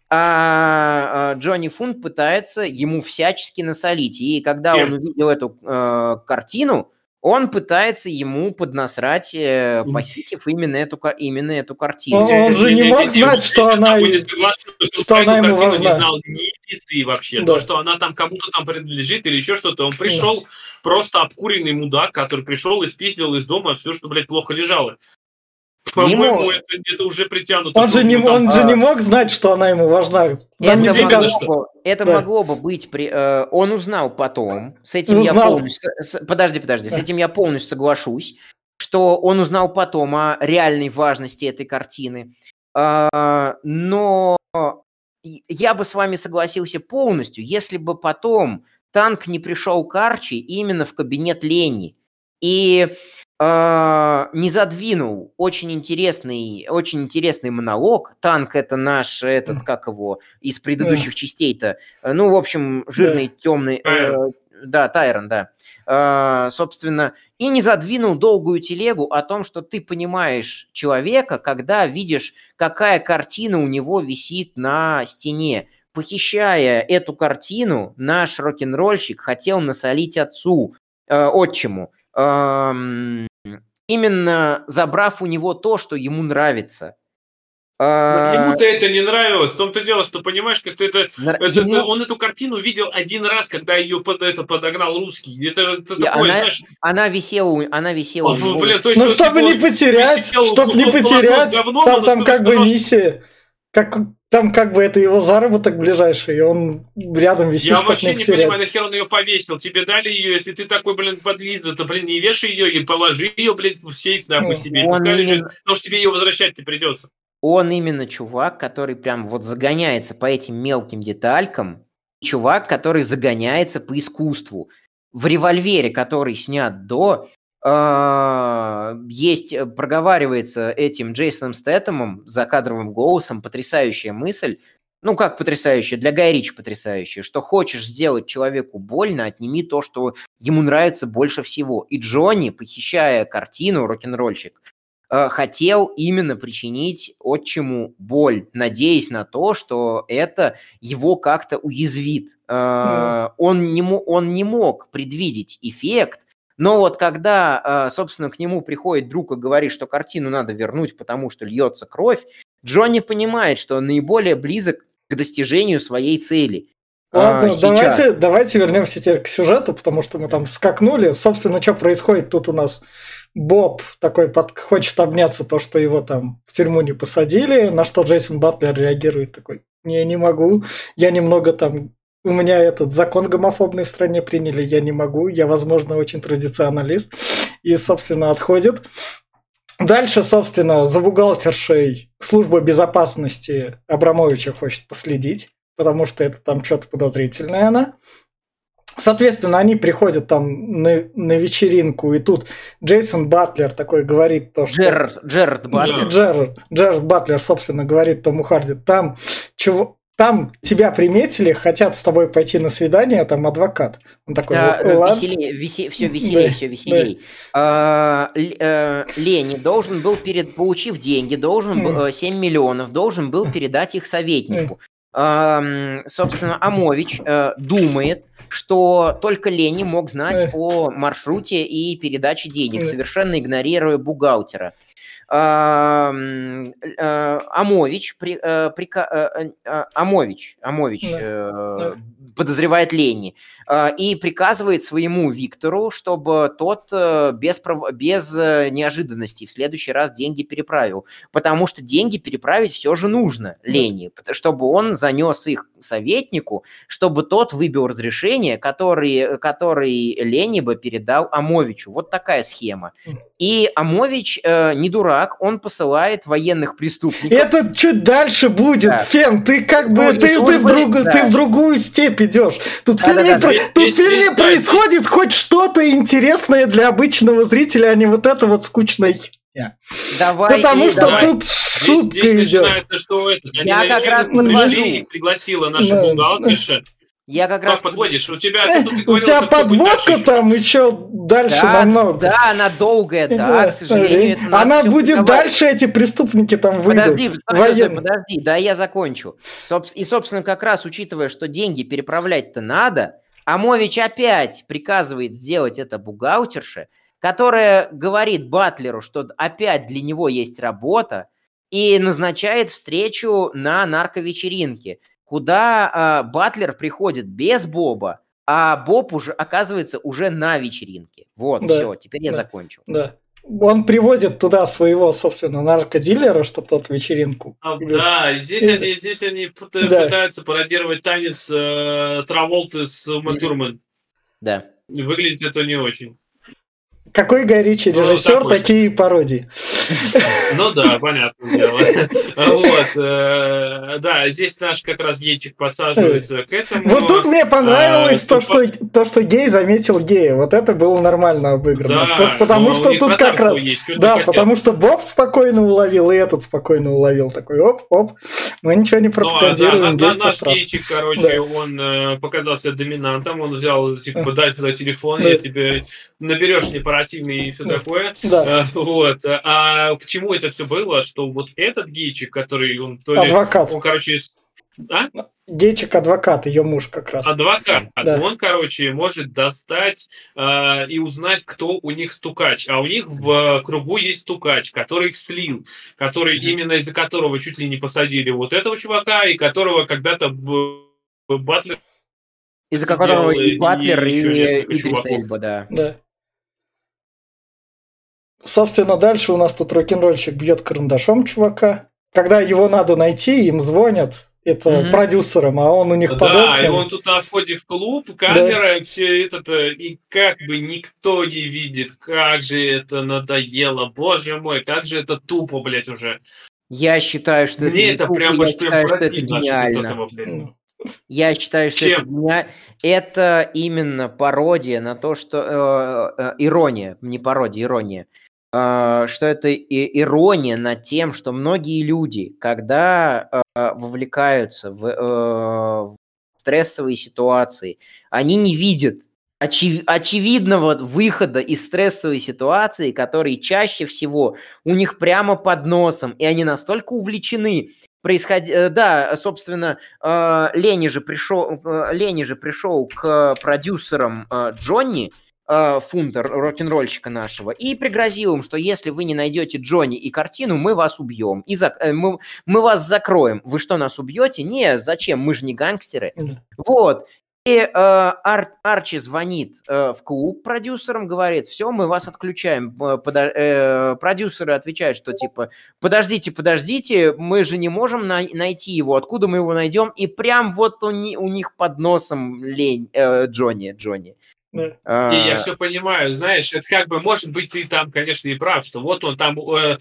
А Джонни Фунт пытается ему всячески насолить. И когда он увидел эту картину, он пытается ему поднасрать, похитив именно эту картину. Он же не мог знать, что она ему важна. Не знал ни пизды вообще. Да. То, что она там кому-то там принадлежит или еще что-то. Он пришел просто обкуренный мудак, который пришел и спиздил из дома все, что, блядь, плохо лежало. По-моему, это уже притянуто. Он же не мог знать, что она ему важна. Это могло бы быть... Он узнал потом. С этим я полностью... Подожди. С этим я полностью соглашусь, что он узнал потом о реальной важности этой картины. Но я бы с вами согласился полностью, если бы потом Танк не пришел к Арчи именно в кабинет Ленни и не задвинул очень интересный монолог. Танк — это наш, из предыдущих частей-то. Ну, в общем, жирный, темный... Тайрон, да. Собственно, и не задвинул долгую телегу о том, что ты понимаешь человека, когда видишь, какая картина у него висит на стене. Похищая эту картину, наш рок-н-ролльщик хотел насолить отчиму. Именно забрав у него то, что ему нравится. Ему-то это не нравилось. В том-то дело, что, понимаешь, как-то он эту картину видел один раз, когда ее подогнал русский. Это такое, знаешь... Она висела у него. Ну, чтобы не потерять, там как бы миссия. Как Там как бы это его заработок ближайший, и он рядом висит, Я чтобы вообще не не потерять. понимаю, нахер он ее повесил. Тебе дали ее, если ты такой, блин, подлиза, то, блин, не вешай ее и положи ее, блин, в сейф, нахуй, себе. Он Пускай лежит, именно- потому что тебе ее возвращать-то придется. Он именно чувак, который прям вот загоняется по этим мелким деталькам. Чувак, который загоняется по искусству. В «Револьвере», который снят до, проговаривается этим Джейсоном Стэтэмом за кадровым голосом потрясающая мысль, ну как потрясающая, для Гая Ричи потрясающая, что хочешь сделать человеку больно, отними то, что ему нравится больше всего. И Джонни, похищая картину «Рок-н-ролльщик», хотел именно причинить отчиму боль, надеясь на то, что это его как-то уязвит. Он не мог предвидеть эффект, но вот когда, собственно, к нему приходит друг и говорит, что картину надо вернуть, потому что льется кровь, Джонни понимает, что он наиболее близок к достижению своей цели. Ладно, Сейчас. давайте вернемся теперь к сюжету, потому что мы там скакнули. Собственно, что происходит тут у нас? Боб такой хочет обняться, то, что его там в тюрьму не посадили, на что Джейсон Батлер реагирует такой: не могу, я немного там, у меня этот закон гомофобный в стране приняли, я не могу, я, возможно, очень традиционалист, и, собственно, отходит. Дальше, собственно, за бухгалтершей служба безопасности Абрамовича хочет последить, потому что это там что-то подозрительное она. Соответственно, они приходят там на вечеринку, и тут Джейсон Батлер такой говорит то, что... Джерард Батлер. Джерард Батлер, собственно, говорит Тому Харди: там тебя приметили, хотят с тобой пойти на свидание, там адвокат. Он такой: все веселее. Лени должен был, получив деньги, 7 миллионов, должен был передать их советнику. Собственно, Амович думает, что только Лени мог знать о маршруте и передаче денег, совершенно игнорируя бухгалтера. Амович подозревает Лени и приказывает своему Виктору, чтобы тот без неожиданностей в следующий раз деньги переправил. Потому что деньги переправить все же нужно Лени, чтобы он занес их советнику, чтобы тот выбил разрешение, который Лени бы передал Амовичу. Вот такая схема. И Амович не дурак, он посылает военных преступников. Это чуть дальше будет, да. Фен, ты как бы ты в другую степь идешь. Тут в фильме происходит хоть что-то интересное для обычного зрителя, а не вот это вот скучное. Потому что тут шутка идет. Я как раз подвожу. Пригласила наша бухгалтерша. Я как раз подводишь. У тебя подводка там еще дальше намного. Да, она долгая, да, к сожалению. Она будет дальше, эти преступники там выйдут. Подожди, да, я закончу. И, собственно, как раз учитывая, что деньги переправлять-то надо, Амович опять приказывает сделать это бухгалтерше, которая говорит Батлеру, что опять для него есть работа, и назначает встречу на нарковечеринке, куда Батлер приходит без Боба, а Боб уже оказывается уже на вечеринке. Вот, да, все, теперь я закончил. Да. Он приводит туда своего, собственно, наркодилера, чтобы тот вечеринку. Да, здесь они пытаются пародировать танец Траволты с Uma Thurman. Да. Выглядит это не очень. Какой Гай Ричи режиссер, такие пародии. Ну да, понятное дело. Вот, да, здесь наш как раз гейчик подсаживается к этому. Вот тут мне понравилось то, что гей заметил гея. Вот это было нормально обыграно. Да, потому что тут как раз... Да, потому что Боб спокойно уловил, и этот спокойно уловил. Такой оп-оп, мы ничего не пропагандируем, гейство страшно. Наш гейчик, короче, он показался доминантом, он взял, типа, дай туда телефон, я тебе наберешь непаративный и все такое. Да. Вот. А к чему это все было? Что вот этот гейчик, который он то ли... Адвокат. Он, короче... А? Гейчик-адвокат, ее муж как раз. Адвокат. Да. Он, короче, может достать и узнать, кто у них стукач. А у них в кругу есть стукач, который их слил, который именно из-за которого чуть ли не посадили вот этого чувака, и которого когда-то Батлер... Из-за которого и Батлер, и Идрис Эльба, да. Собственно, дальше у нас тут рок-н-ролльщик бьет карандашом чувака. когда его надо найти, им звонят, это продюсерам, а он у них под окнами. Да, и он тут на входе в клуб, камера, все это, и как бы никто не видит, как же это надоело, боже мой, как же это тупо, блядь, уже. Я считаю, что Мне это это прям я уж считаю, что это противно гениально. Я считаю, что это гениально. Это именно пародия на то, что... ирония, не пародия, ирония. Что это ирония над тем, что многие люди, когда вовлекаются в стрессовые ситуации, они не видят очевидного выхода из стрессовой ситуации, который чаще всего у них прямо под носом, и они настолько увлечены Да, собственно, Ленни же пришел к продюсерам Джонни Фунта, рок-н-ролльщика нашего, и пригрозил им, что если вы не найдете Джонни и картину, мы вас убьем. Мы вас закроем. Вы что, нас убьете? Не, зачем? Мы же не гангстеры. Вот. И Арчи звонит в клуб продюсерам, говорит, все, мы вас отключаем. Продюсеры отвечают, что типа, подождите, мы же не можем найти его, откуда мы его найдем? И прям вот у них под носом Джонни. И я все понимаю, знаешь, это как бы, может быть, ты там, конечно, и прав, что вот он там,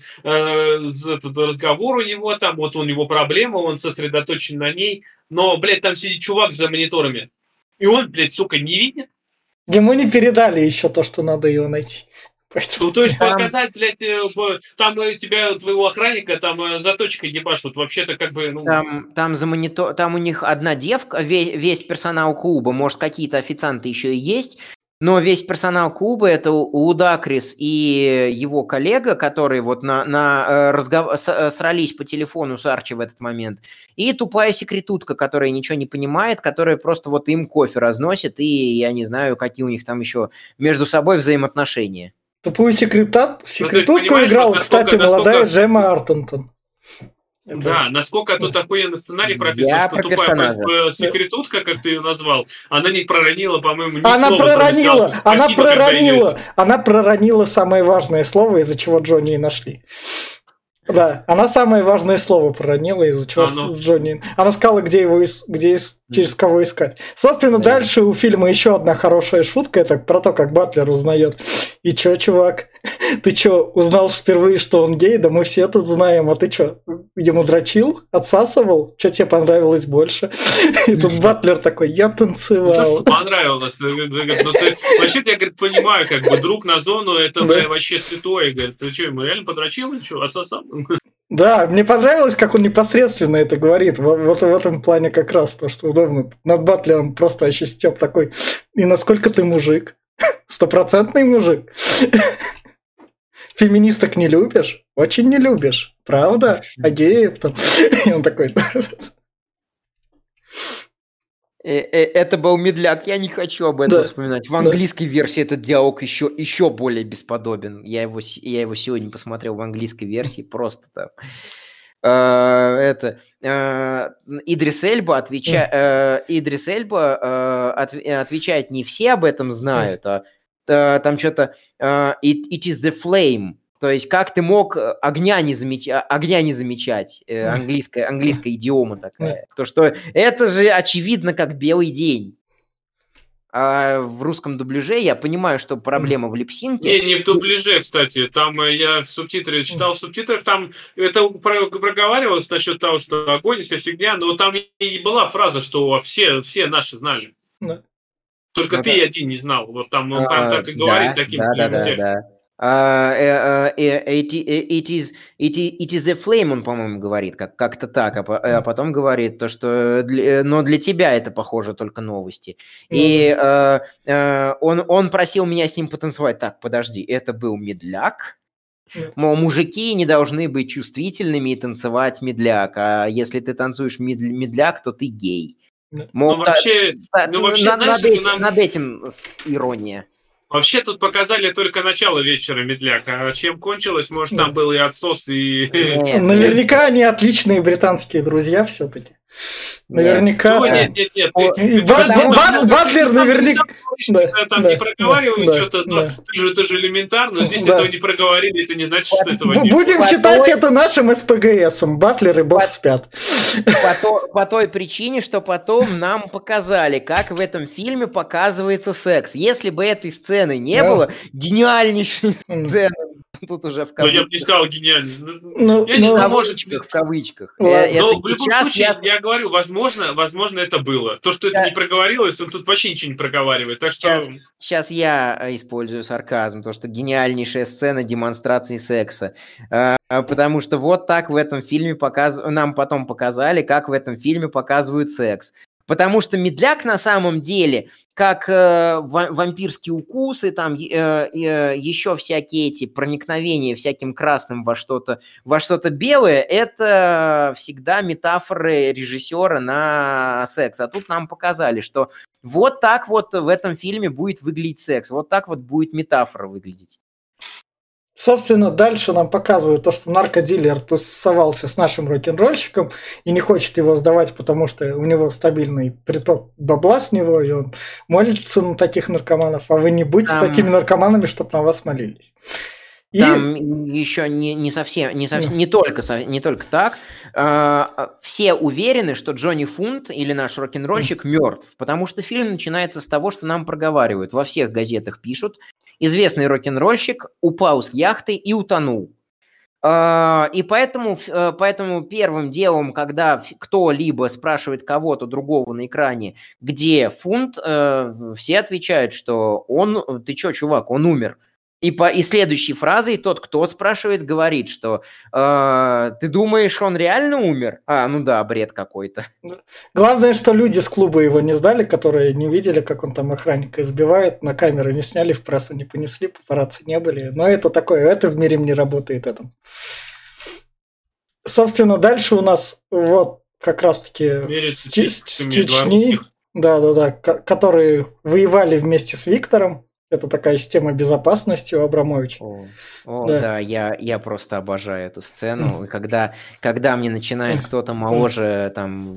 этот разговор у него, там, вот у него проблема, он сосредоточен на ней, но, блядь, там сидит чувак за мониторами. И он, блядь, сука, не видит? Ему не передали еще то, что надо его найти. Ну, то есть показать, блядь, там тебя, твоего охранника, там заточкой ебашут, вообще-то как бы... Ну... Там у них одна девка, весь персонал клуба, может, какие-то официанты еще и есть, но весь персонал клуба — это Лудакрис и его коллега, которые вот срались по телефону с Арчи в этот момент, и тупая секретутка, которая ничего не понимает, которая просто вот им кофе разносит, и я не знаю, какие у них там еще между собой взаимоотношения. Тупую секретутку играла, кстати, молодая Джемма Артентон. Да, насколько тут охуенный сценарий прописан, что тупая секретутка, как ты ее назвал, она не проронила, по-моему, ни слова. Она проронила самое важное слово, из-за чего Джонни и нашли. Да, она самое важное слово проронила, из-за чего Джонни... Она сказала, через кого искать. Собственно, дальше у фильма еще одна хорошая шутка, это про то, как Батлер узнает. И чё, чувак, ты чё, узнал впервые, что он гей? Да мы все тут знаем, а ты чё, ему дрочил, отсасывал? Чё тебе понравилось больше? И тут Батлер такой, я танцевал. Понравилось. Вообще-то я, говорит, понимаю, как бы друг на зону, это вообще святое. Говорит, ты чё, ему реально подрочил? И чё, отсосал? Да, мне понравилось, как он непосредственно это говорит. Вот в этом плане как раз то, что удобно. Над Батлером просто вообще стёб такой. И насколько ты мужик? 100% мужик. Феминисток не любишь? Очень не любишь. Правда? А геев там? И он такой... Это был медляк, я не хочу об этом вспоминать. В английской версии этот диалог еще более бесподобен. Я его сегодня посмотрел в английской версии, просто там. Идрис Эльба отвечает, не все об этом знают, а там что-то it is the flame. То есть, как ты мог огня не замечать? Английская идиома такая. То, что это же очевидно, как белый день. А в русском дубляже я понимаю, что проблема в липсинке. Не в дубляже, кстати. Там я субтитры читал, в субтитрах там это проговаривалось насчет того, что огонь и вся фигня, но там и была фраза, что все наши знали. Да. Только ты один не знал. Вот там он там так и говорит таким ключом. It is the flame, он, по-моему, говорит, как-то так, а потом говорит то, что но для тебя это, похоже, только новости. И он просил меня с ним потанцевать. Так, подожди, это был медляк? Мол, мужики не должны быть чувствительными и танцевать медляк, а если ты танцуешь медляк, то ты гей. Мол, над этим ирония. Вообще тут показали только начало вечера медляка, а чем кончилось, может, там был и отсос, и... Наверняка они отличные британские друзья все-таки. Наверняка. Нет. Батлер наверняка... Там не проговаривают что-то, это же элементарно, здесь этого не проговорили, это не значит, что этого нет. Будем считать это нашим СПГСом. Батлер и Бог спят. По той причине, что потом нам показали, как в этом фильме показывается секс. Если бы этой сцены не было, гениальнейшей сцены, тут уже в кавычках. Я бы не сказал гениально. В кавычках. Но в любом случае, я говорю, возможно, это было. То, что это не проговорилось, он тут вообще ничего не проговаривает. Так что... Сейчас я использую сарказм, то, что гениальнейшая сцена демонстрации секса. Потому что вот так в этом фильме нам потом показали, как в этом фильме показывают секс. Потому что медляк на самом деле, как вампирские укусы, там еще всякие эти проникновения всяким красным во что-то белое, это всегда метафоры режиссера на секс. А тут нам показали, что вот так вот в этом фильме будет выглядеть секс, вот так вот будет метафора выглядеть. Собственно, дальше нам показывают то, что наркодилер тусовался с нашим рок-н-ролльщиком и не хочет его сдавать, потому что у него стабильный приток бабла с него, и он молится на таких наркоманов, а вы не будьте такими наркоманами, чтобы на вас молились. Там еще не совсем, не только так. Все уверены, что Джонни Фунт или наш рок-н-ролльщик мертв, потому что фильм начинается с того, что нам проговаривают. Во всех газетах пишут: известный рок-н-ролльщик упал с яхты и утонул. И поэтому первым делом, когда кто-либо спрашивает кого-то другого на экране, где Фунт, все отвечают, что ты чё, чувак, он умер. И следующей фразой тот, кто спрашивает, говорит, что ты думаешь, он реально умер? Ну да, бред какой-то. Главное, что люди с клуба его не сдали, которые не видели, как он там охранника избивает, на камеру не сняли, в прессу не понесли, папарацци не были. Но это такое, это в мире не работает. Это. Собственно, дальше у нас вот как раз-таки с Чечни, да, которые воевали вместе с Виктором. Это такая система безопасности у Абрамовича. Да, я просто обожаю эту сцену. И когда мне начинает кто-то моложе, там,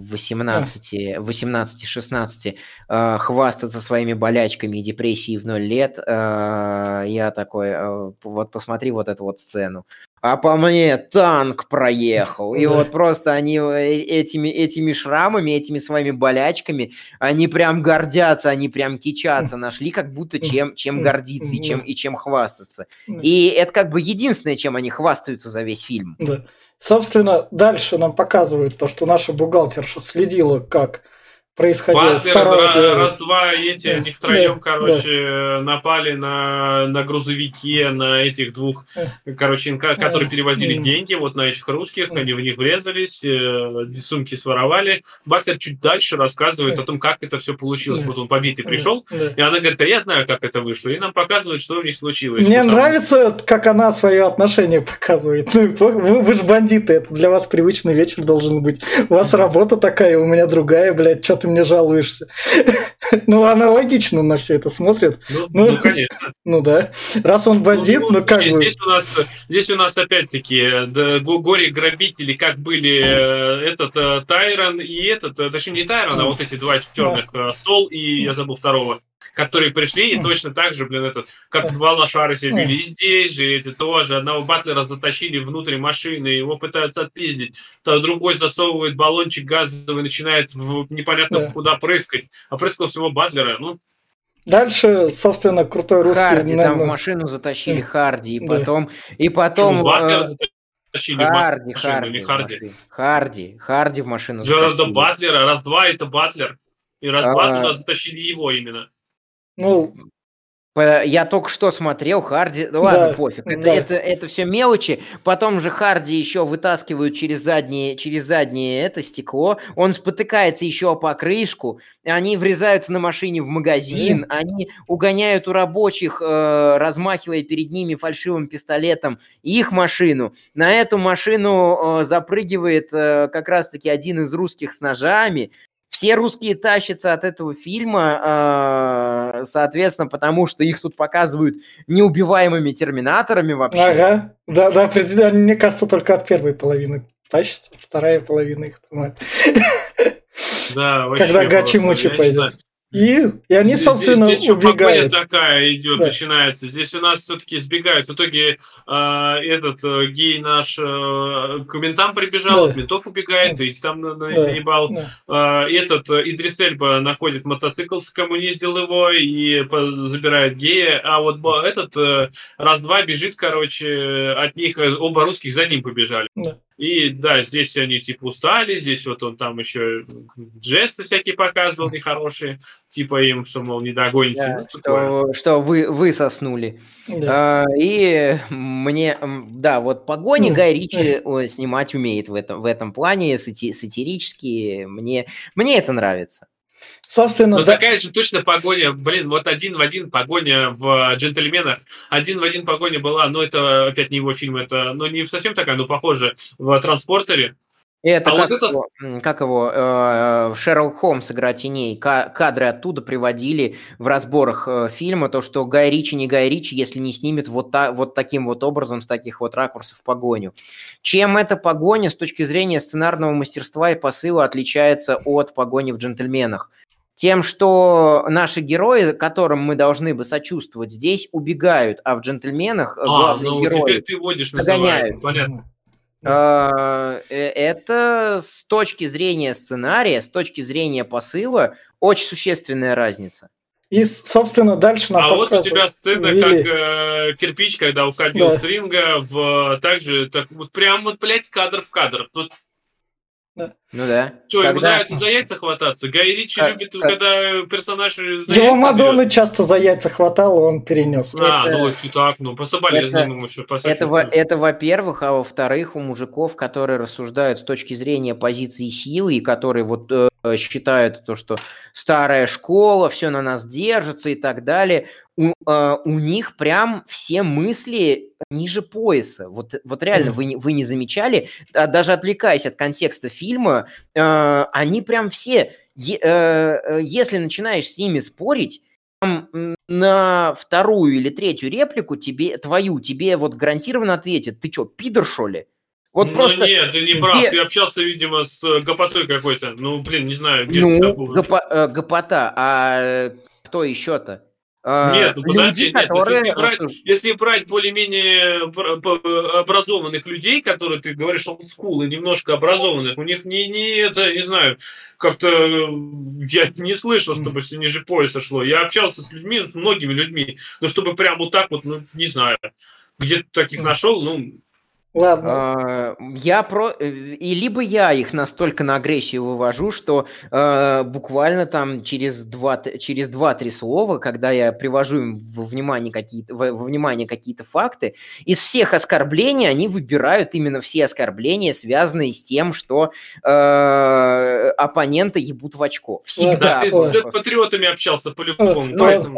18-16, хвастаться своими болячками и депрессией в 0 лет, я такой, вот посмотри вот эту вот сцену. А по мне танк проехал. И вот просто они этими шрамами, этими своими болячками, они прям гордятся, они прям кичатся, нашли как будто чем гордиться и чем хвастаться. И это как бы единственное, чем они хвастаются за весь фильм. Да. Собственно, дальше нам показывают то, что наша бухгалтерша следила, как происходило второе дело. Раз-два они втроем, напали на грузовике, на этих двух, которые перевозили деньги, вот на этих русских, они в них врезались, сумки своровали. Батлер чуть дальше рассказывает о том, как это все получилось. Вот он побитый пришел, и она говорит, а я знаю, как это вышло. И нам показывают, что у них случилось. Мне нравится, как она свое отношение показывает. Вы же бандиты, это для вас привычный вечер должен быть. У вас работа такая, у меня другая, блядь, что ты мне жалуешься. Она логично на все это смотрит. Ну, конечно. Ну да. Раз он бандит, как бы... Здесь у нас опять-таки горе-грабители, как были этот Тайрон и точнее не Тайрон, а вот эти два черных, Сол и я забыл второго, которые пришли и точно так же, как два лошары себя били. И здесь же эти тоже. Одного Батлера затащили внутрь машины, его пытаются отпиздить. Другой засовывает баллончик газовый, начинает непонятно куда прыскать. А прыскал всего Батлера. Дальше, собственно, крутой русский... Харди, там в машину затащили Харди, и потом... Харди в машину затащили. Батлера, раз-два это Батлер. И раз-два туда затащили его именно. Я только что смотрел Харди, ладно, пофиг, это все мелочи. Потом же Харди еще вытаскивают через заднее это стекло, он спотыкается еще о покрышку, они врезаются на машине в магазин, они угоняют у рабочих, размахивая перед ними фальшивым пистолетом их машину. На эту машину запрыгивает как раз-таки один из русских с ножами. Все русские тащатся от этого фильма, соответственно, потому что их тут показывают неубиваемыми терминаторами вообще. Ага, да, определенно. Мне кажется, только от первой половины тащится, вторая половина их томает. Да, вообще когда просто, Гачи-Мучи я не знаю. пойдет. И они, собственно, Здесь еще погоня убегают. такая идет, Да. начинается. Здесь у нас все-таки сбегают. В итоге этот гей наш к ментам прибежал, Да. от ментов убегает, Да. их там Да. наебал. Да. Этот Идрис Эльба находит мотоцикл, скоммуниздил его и забирает гея. А вот этот раз-два бежит, короче, от них, оба русских за ним побежали. Да. И да, здесь они типа устали, здесь вот он там еще жесты всякие показывал нехорошие, типа им, что, мол, не догоните. Да, Ну, такое. что вы соснули. Да. И мне, да, вот погони М. Гай Ричи снимать умеет в этом плане, сатирически. Мне это нравится. Собственно, Но да. такая же точно погоня, блин, вот один в один погоня в «Джентльменах», один в один погоня была, но это опять не его фильм, это, ну, не совсем такая, но похоже, в «Транспортере». Это А как, вот это... как его Шерлок Холмс «Игра теней». Кадры оттуда приводили в разборах фильма, то, что Гай Ричи не Гай Ричи, если не снимет вот таким вот образом, с таких вот ракурсов погоню. Чем эта погоня с точки зрения сценарного мастерства и посыла отличается от погони в «Джентльменах»? Тем, что наши герои, которым мы должны бы сочувствовать, здесь убегают, а в «Джентльменах» главные ну, герои теперь ты водишь, догоняют. называется, понятно. Это с точки зрения сценария, с точки зрения посыла очень существенная разница. И, собственно, дальше нам вот у тебя сцена, как кирпич, когда уходил с ринга, также, так, вот прям вот, блядь, кадр в кадр. Тут... Да. Ну да. Что, ему нравится за яйца хвататься? Гай Ричи любит, когда персонаж за его Мадонны часто за яйца хватало, он перенес. Ну если так, ну по соболезнуем ему что. Это во-первых, а во-вторых, у мужиков, которые рассуждают с точки зрения позиции силы, и которые вот считают то, что старая школа, все на нас держится и так далее, у них прям все мысли ниже пояса. Вот реально, вы не замечали, даже отвлекаясь от контекста фильма, они прям все, если начинаешь с ними спорить, на вторую или третью реплику тебе вот гарантированно ответят: ты что, пидор, что ли? Вот просто... нет, ты не прав. Ты общался, видимо, с гопотой какой-то. Ну, блин, не знаю. Гопота. А кто еще-то? Нет, ну подожди, люди, которые... если брать более-менее образованных людей, которые, ты говоришь, олдскул, и немножко образованных, у них не знаю, как-то я не слышал, чтобы все ниже пояса шло. Я общался с людьми, с многими людьми, но чтобы прям вот так вот, ну, не знаю, где-то таких нашел, ну... Ладно. И либо я их настолько на агрессию вывожу, что буквально там через 2-3 слова, когда я привожу им во внимание какие-то факты, из всех оскорблений они выбирают именно все оскорбления, связанные с тем, что оппонента ебут в очко. Всегда. Да, ты с патриотами общался по-любому.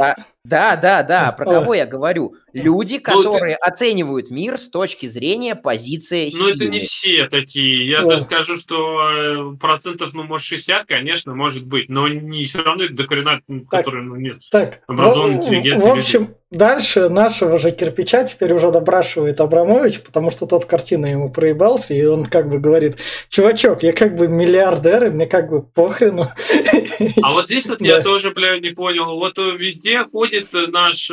Да. Про кого я говорю? Люди, которые оценивают мир с точки зрения позиции силы. Ну, это не все такие. Я даже скажу, что процентов, ну, может, 60, конечно, может быть, но не все равно это докорена, которые, ну, нет. Образованные, интеллигентные. В общем, дальше нашего же кирпича теперь уже допрашивает Абрамович, потому что тот картина ему проебался, и он как бы говорит: чувачок, я как бы миллиардер, и мне как бы похрену. А вот здесь вот я тоже, бля, не понял. Вот везде ходит наш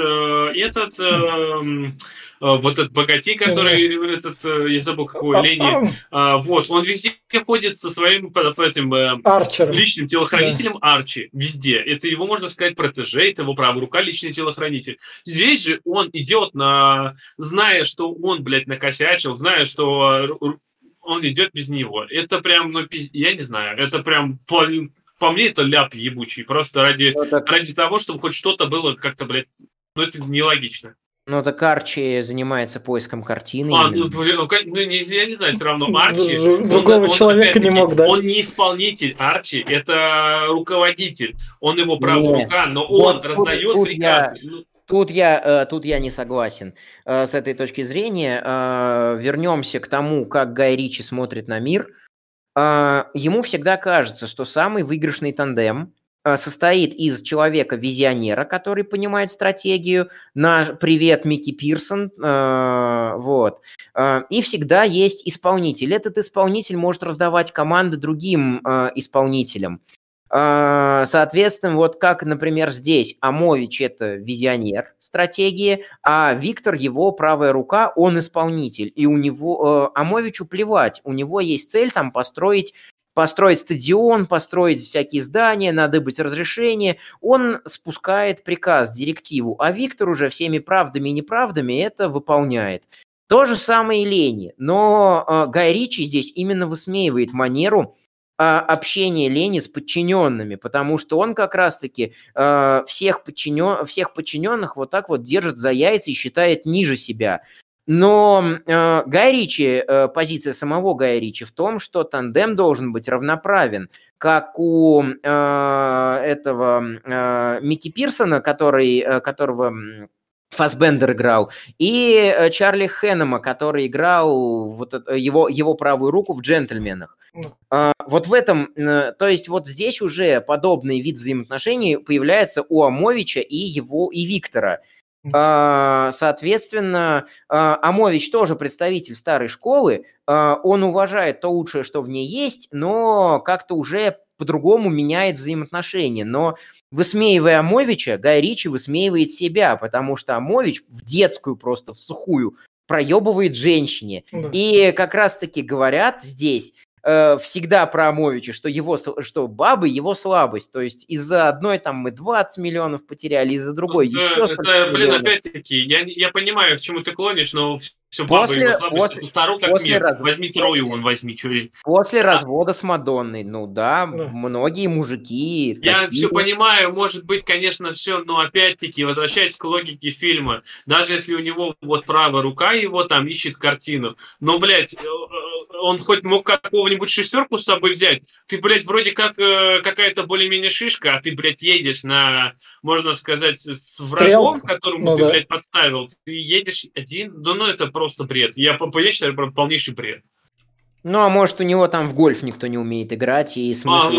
вот этот богатей, который, я забыл, какой, Лени, вот, он везде ходит со своим этим личным телохранителем Арчи, везде. Это его, можно сказать, протеже, это его правая рука, личный телохранитель. Здесь же он идет зная, что он, блядь, накосячил, зная, что он идет без него. Это прям, ну, я не знаю, это прям... По мне, это ляп ебучий. Просто ради того, чтобы хоть что-то было как-то, блядь, ну, это нелогично. Ну, так Арчи занимается поиском картины. Я не знаю, все равно Арчи... Другого человека не мог дать. Он не исполнитель, Арчи, это руководитель. Он его правая рука, но он раздает приказы. Тут я не согласен с этой точки зрения. Вернемся к тому, как Гай Ричи смотрит на мир. Ему всегда кажется, что самый выигрышный тандем состоит из человека-визионера, который понимает стратегию, привет, Микки Пирсон, вот, и всегда есть исполнитель. Этот исполнитель может раздавать команды другим исполнителям. Соответственно, вот как, например, здесь Амович – это визионер стратегии, а Виктор – его правая рука, он исполнитель. И у него Амовичу плевать, у него есть цель там построить стадион, построить всякие здания, надо быть разрешение. Он спускает приказ, директиву, а Виктор уже всеми правдами и неправдами это выполняет. То же самое и Лени, но Гай Ричи здесь именно высмеивает манеру общения Лени с подчиненными, потому что он как раз-таки всех подчиненных вот так вот держит за яйца и считает ниже себя. Но Гай Ричи, позиция самого Гая Ричи в том, что тандем должен быть равноправен, как у этого Микки Пирсона, которого Фассбендер играл, и Чарли Хэннема, который играл его правую руку в «Джентльменах». Вот в этом, то есть вот здесь уже подобный вид взаимоотношений появляется у Амовича и Виктора. Соответственно, Амович тоже представитель старой школы, он уважает то лучшее, что в ней есть, но как-то уже по-другому меняет взаимоотношения. Но высмеивая Амовича, Гай Ричи высмеивает себя, потому что Амович в детскую просто, в сухую, проебывает женщине. Да. И как раз-таки говорят здесь всегда про Амовича, что бабы его слабость. То есть из-за одной там мы 20 миллионов потеряли, из-за другой еще. Блин, опять-таки, я понимаю, к чему ты клонишь, но все бабы его слабость. Стару как мир. Возьми Трою, возьми. После развода с Мадонной, многие мужики... Я все понимаю, может быть, конечно, все, но опять-таки, возвращаясь к логике фильма, даже если у него вот правая рука его там ищет картину, но, блядь, он хоть мог какого-нибудь шестерку с собой взять. Ты, блядь, вроде как какая-то более-менее шишка, а ты, блядь, едешь на, можно сказать, с врагом, которому ты, блядь, подставил. Ты едешь один, это просто бред. Я считаю, полнейший бред. Ну, а может, у него там в гольф никто не умеет играть, и смысл...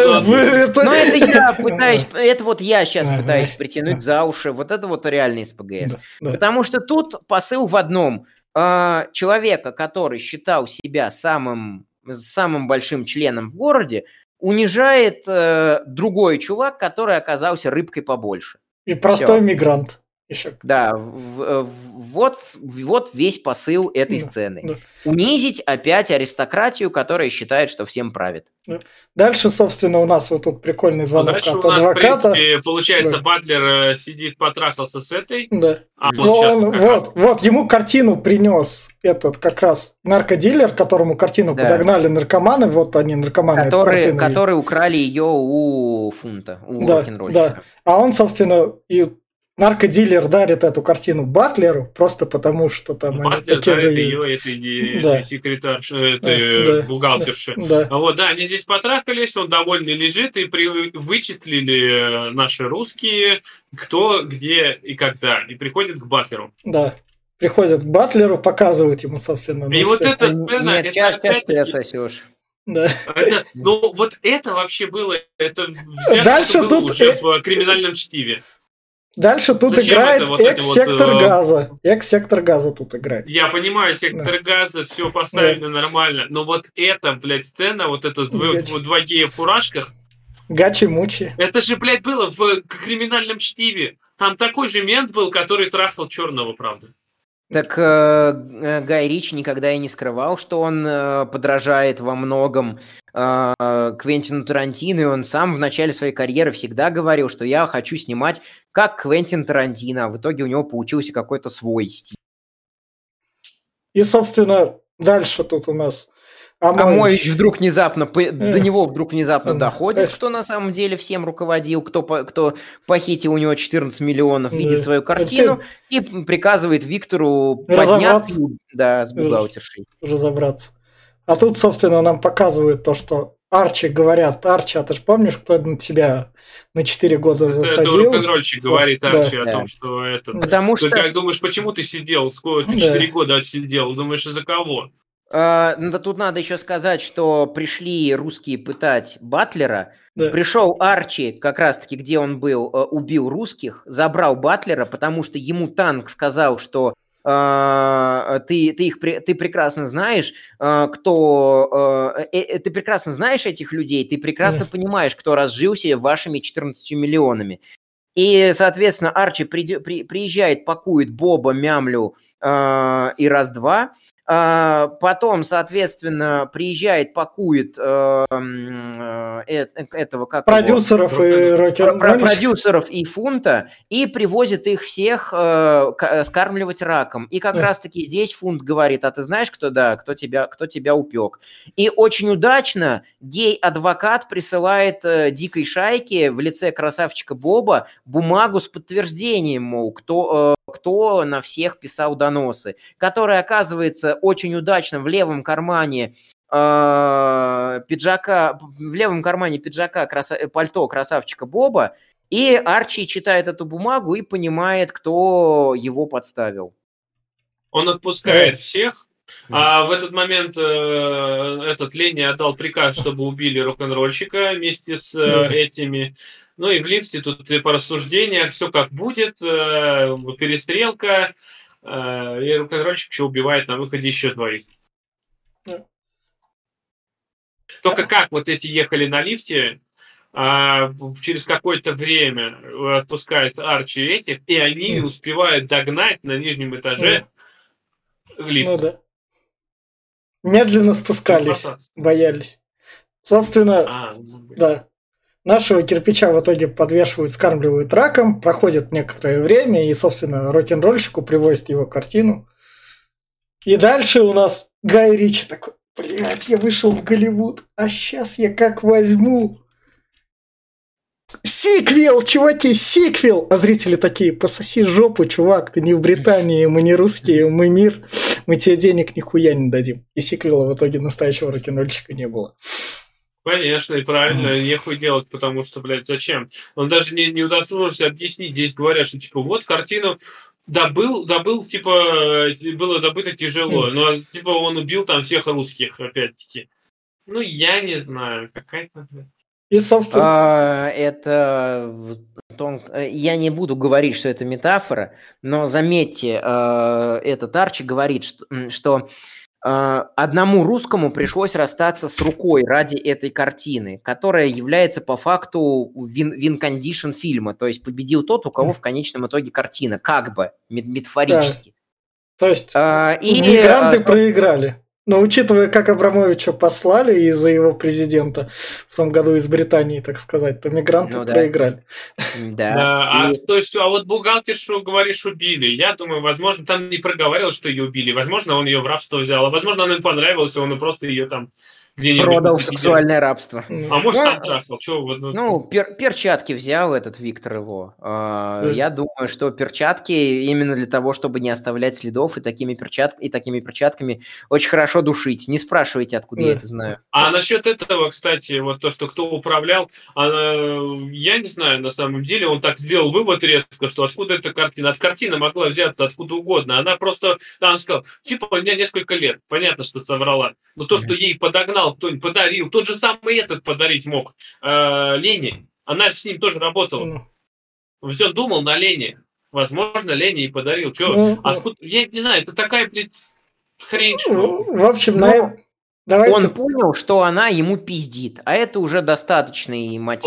я сейчас пытаюсь притянуть за уши. Вот это вот реальный СПГС. Потому что тут посыл в одном. Человека, который считал себя самым большим членом в городе, унижает другой чувак, который оказался рыбкой побольше. И простой мигрант. Еще. Да, вот весь посыл этой сцены. Да. Унизить опять аристократию, которая считает, что всем правит. Да. Дальше, собственно, у нас вот тут прикольный звонок от адвоката. В принципе, получается, Батлер сидит, потрахался с этой. Да. Вот, ему картину принес этот как раз наркодилер, которому картину подогнали наркоманы, вот они, наркоманы. Которые украли ее у Фунта, у рок-н-ролльщика. Да. А он, собственно, и... Наркодилер дарит эту картину Батлеру просто потому, что там... Батлер дарит ее, этой секретарше, бухгалтерше. Да. Вот, они здесь потрахались, он довольный лежит, и вычислили наши русские, кто, где и когда. И приходит к Батлеру. Да. Приходят к Батлеру, показывают ему, собственно... И вот эта сцена... Нет, это, Сёж. Да. Вот это вообще было... Дальше было тут... уже в «Криминальном чтиве». Дальше тут играет экс-сектор газа. Экс-сектор газа тут играет. Я понимаю, сектор газа, все поставлено нормально. Но вот эта, блядь, сцена, вот это два гея в фуражках. Гачи-мучи. Это же, блядь, было в «Криминальном чтиве». Там такой же мент был, который трахал черного, правда. Так Гай Ричи никогда и не скрывал, что он подражает во многом Квентину Тарантино, и он сам в начале своей карьеры всегда говорил, что я хочу снимать как Квентин Тарантино, а в итоге у него получился какой-то свой стиль. И, собственно, дальше тут у нас Амович вдруг внезапно, до него вдруг внезапно доходит, кто на самом деле всем руководил, кто похитил у него 14 миллионов, видит свою картину и приказывает Виктору подняться с бухгалтершей. Разобраться. А тут, собственно, нам показывают то, что Арчи говорят. Арчи, а ты же помнишь, кто тебя на 4 года засадил? Это рок-н-ролльщик говорит Арчи о том, что это... Потому что... Ты как думаешь, почему ты сидел? Сколько ты 4 года отсидел? Думаешь, из-за кого? Тут надо еще сказать, что пришли русские пытать Батлера. Да. Пришел Арчи, как раз-таки, где он был, убил русских, забрал Батлера, потому что ему танк сказал, что ты прекрасно знаешь, ты прекрасно знаешь этих людей, ты прекрасно понимаешь, кто разжился вашими 14 миллионами. И, соответственно, Арчи приезжает, пакует Боба, Мямлю и раз-два. Потом, соответственно, приезжает, пакует этого, как продюсеров его? Продюсеров и Фунта, и привозит их всех скармливать раком. И как раз-таки здесь Фунт говорит: а ты знаешь, кто тебя упек? И очень удачно гей-адвокат присылает дикой шайке в лице красавчика Боба бумагу с подтверждением, мол, кто на всех писал доносы, которая оказывается очень удачно в левом кармане пиджака пальто красавчика Боба, и Арчи читает эту бумагу и понимает, кто его подставил. Он отпускает всех, а в этот момент Ленни отдал приказ, чтобы убили рок-н-ролльщика вместе с этими. Ну и в лифте тут по рассуждениям все как будет, перестрелка, и рок-н-ролльщик еще убивает на выходе еще двоих. Только как вот эти ехали на лифте, через какое-то время отпускает Арчи этих, и они успевают догнать на нижнем этаже лифт. Ну да. Медленно спускались, боялись. Собственно, да. Нашего кирпича в итоге подвешивают, скармливают раком, проходит некоторое время, и, собственно, рок-н-ролльщику привозят его картину. И дальше у нас Гай Ричи такой: блядь, я вышел в Голливуд, а сейчас я как возьму сиквел, чуваки, сиквел! А зрители такие: пососи жопу, чувак, ты не в Британии, мы не русские, мы мир, мы тебе денег нихуя не дадим. И сиквела в итоге настоящего рок-н-ролльщика не было. Конечно, и правильно, нехуй делать, потому что, блядь, зачем? Он даже не удосужился объяснить. Здесь говорят, что, типа, вот картину добыл, типа, было добыто тяжело, но, типа, он убил там всех русских, опять-таки. Ну, я не знаю, какая-то, блядь. И, собственно... Я не буду говорить, что это метафора, но заметьте, этот Арчи говорит, что одному русскому пришлось расстаться с рукой ради этой картины, которая является по факту вин-кондишн фильма, то есть победил тот, у кого в конечном итоге картина, как бы, метафорически. Да. То есть мигранты проиграли. Но учитывая, как Абрамовича послали из-за его президента в том году из Британии, так сказать, то мигранты проиграли. Да. То есть, вот бухгалтершу, говоришь, убили. Я думаю, возможно, там не проговаривал, что ее убили. Возможно, он ее в рабство взял. А возможно, она им понравилась, и он просто ее там где-нибудь... Продал в сексуальное рабство. А может, сам трахал. Перчатки взял этот Виктор его. Я думаю, что перчатки именно для того, чтобы не оставлять следов, и такими перчатками очень хорошо душить. Не спрашивайте, откуда я это знаю. А насчет этого, кстати, вот то, что кто управлял, я не знаю, на самом деле, он так сделал вывод резко, что откуда эта картина. От картины могла взяться откуда угодно. Она просто, там сказал, типа, у меня несколько лет. Понятно, что соврала. Но то, что ей подогнал, кто-нибудь подарил, тот же самый этот подарить мог. Лене. Она же с ним тоже работала. Он думал на Лене. Возможно, Лене и подарил. Откуда? Я не знаю, это такая, блядь, хрень, что... В общем, Он понял, что она ему пиздит, а это уже достаточный мотив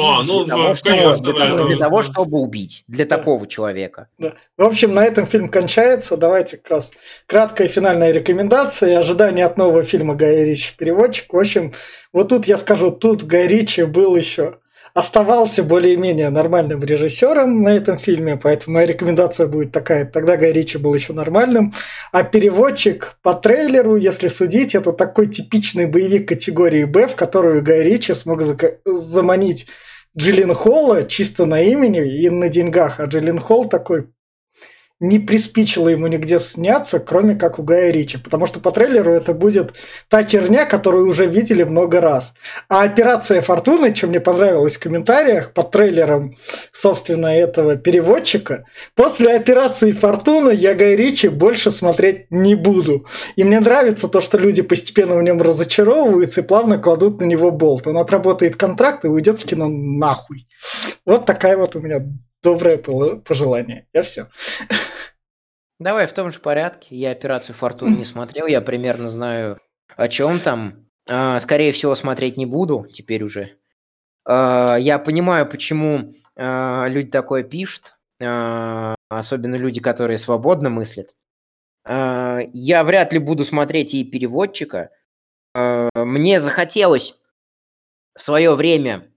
для того, чтобы убить, для такого человека. Да. В общем, на этом фильм кончается. Давайте как раз краткая финальная рекомендация. Ожидание от нового фильма Гая Ричи «Переводчик». В общем, вот тут я скажу, тут Гай Ричи был еще... оставался более-менее нормальным режиссером на этом фильме, поэтому моя рекомендация будет такая. Тогда Гай Ричи был еще нормальным. А «Переводчик» по трейлеру, если судить, это такой типичный боевик категории «Б», в которую Гай Ричи смог заманить Джилленхола чисто на имени и на деньгах. А Джилленхол такой... не приспичило ему нигде сняться, кроме как у Гая Ричи. Потому что по трейлеру это будет та херня, которую уже видели много раз. А «Операция Фортуна», что мне понравилось в комментариях под трейлером, собственно, этого «Переводчика», после «Операции Фортуна» я Гая Ричи больше смотреть не буду. И мне нравится то, что люди постепенно в нем разочаровываются и плавно кладут на него болт. Он отработает контракт и уйдет с кино нахуй. Вот такая вот у меня доброе пожелание. Я все. Давай в том же порядке. Я «Операцию Фортуну» не смотрел, я примерно знаю, о чем там. Скорее всего, смотреть не буду теперь уже. Я понимаю, почему люди такое пишут, особенно люди, которые свободно мыслят. Я вряд ли буду смотреть и «Переводчика». Мне захотелось в свое время...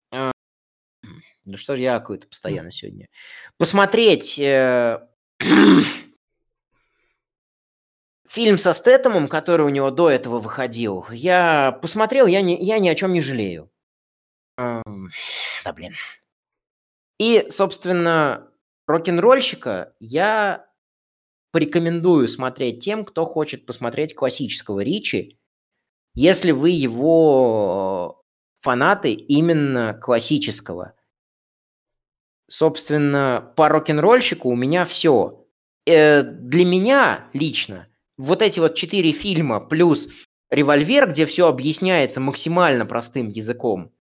Да что же я какой-то постоянно сегодня? Посмотреть фильм со Стэтэмом, который у него до этого выходил. Я посмотрел, я ни о чем не жалею. Да, блин. И, собственно, «Рок-н-ролльщика» я порекомендую смотреть тем, кто хочет посмотреть классического Ричи, если вы его фанаты именно классического. Собственно, по «Рок-н-ролльщику» у меня все. Для меня лично вот эти вот 4 фильма плюс «Револьвер», где все объясняется максимально простым языком,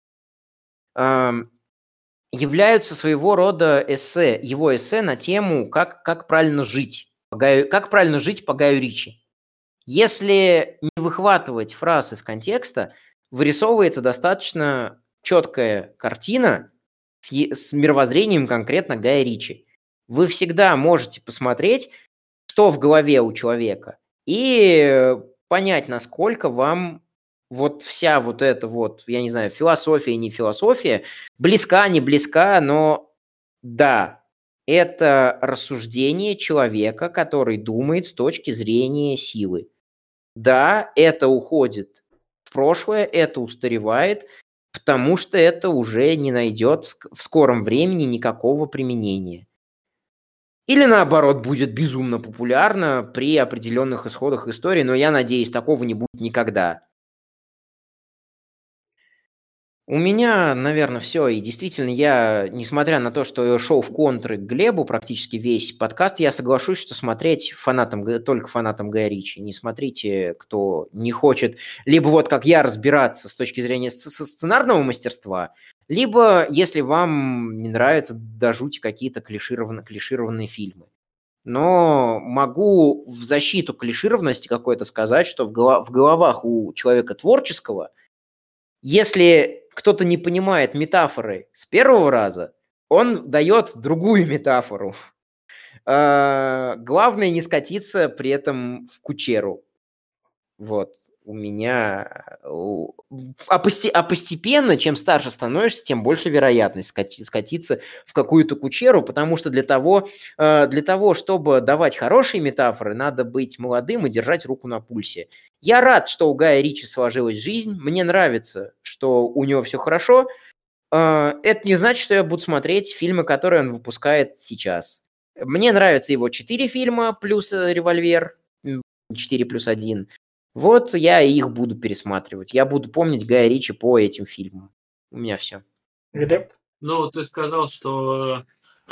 являются своего рода эссе, его эссе на тему, как правильно жить, как правильно жить по Гаю Ричи. Если не выхватывать фраз из контекста, вырисовывается достаточно четкая картина с мировоззрением конкретно Гая Ричи. Вы всегда можете посмотреть, что в голове у человека, и понять, насколько вам вот вся вот эта вот, я не знаю, философия, не философия, близка, не близка, но да, это рассуждение человека, который думает с точки зрения силы. Да, это уходит в прошлое, это устаревает, потому что это уже не найдет в скором времени никакого применения. Или наоборот, будет безумно популярно при определенных исходах истории, но я надеюсь, такого не будет никогда. У меня, наверное, все. И действительно, я, несмотря на то, что шел в контры к Глебу практически весь подкаст, я соглашусь, что смотреть только фанатам Гая Ричи. Не смотрите, кто не хочет, либо вот как я, разбираться с точки зрения сценарного мастерства, либо, если вам не нравятся до жути какие-то клишированные фильмы. Но могу в защиту клишированности какой-то сказать, что в головах у человека творческого, если кто-то не понимает метафоры с первого раза, он дает другую метафору. Главное не скатиться при этом в кучеру. Вот, у меня... А постепенно, чем старше становишься, тем больше вероятность скатиться в какую-то кучеру, потому что для того, чтобы давать хорошие метафоры, надо быть молодым и держать руку на пульсе. Я рад, что у Гая Ричи сложилась жизнь, мне нравится, что у него все хорошо. Это не значит, что я буду смотреть фильмы, которые он выпускает сейчас. Мне нравятся его 4 фильма плюс «Револьвер», 4 плюс 1. Вот я их буду пересматривать. Я буду помнить Гая Ричи по этим фильмам. У меня все. Глеб? Ну, ты сказал, что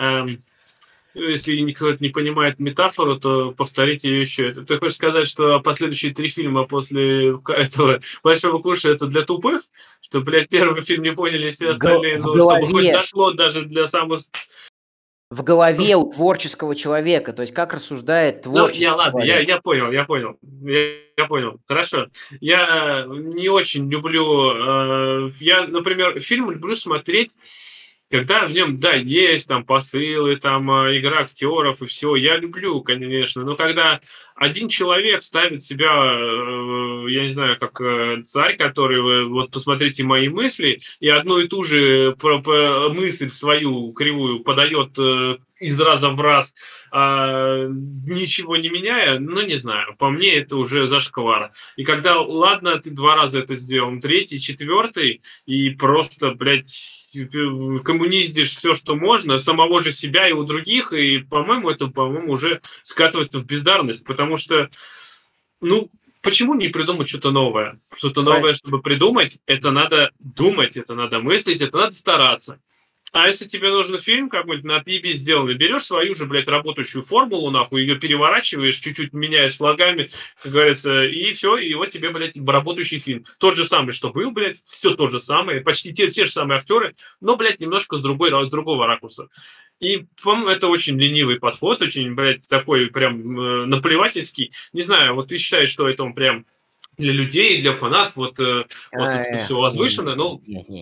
если кто-то не понимает метафору, то повторите ее еще. Ты хочешь сказать, что последующие 3 фильма после этого «Большого куша» это для тупых? Что, блядь, первый фильм не поняли, все остальные, В ну, чтобы хоть голове, дошло даже для самых... в голове у творческого человека, то есть как рассуждает Ну, творческий ладно, человек. я понял. Я понял. Хорошо. Я не очень люблю... я, например, фильм люблю смотреть, когда в нем, да, есть там посылы, там игра актеров и все, я люблю, конечно, но когда один человек ставит себя, я не знаю, как царь, который, вот посмотрите мои мысли, и одну и ту же мысль свою кривую подает из раза в раз, ничего не меняя, ну, не знаю, по мне это уже зашквар. И когда, ладно, ты 2 раза это сделал, 3-й, 4-й, и просто, блядь, коммуниздишь все, что можно, самого же себя и у других, и, по-моему, это, уже скатывается в бездарность, потому что, ну, почему не придумать что-то новое? Что-то новое, чтобы придумать, это надо думать, это надо мыслить, это надо стараться. А если тебе нужен фильм какой-то на отъебись сделанный, берешь свою же, блядь, работающую формулу, нахуй, ее переворачиваешь, чуть-чуть меняешь слогами, как говорится, и все, и вот тебе, блядь, работающий фильм. Тот же самый, что был, блядь, все то же самое, почти те же самые актеры, но, блядь, немножко с другого ракурса. И, по-моему, это очень ленивый подход, очень, блядь, такой прям наплевательский. Не знаю, вот ты считаешь, что это он прям для людей, для фанатов, вот это все возвышено, но...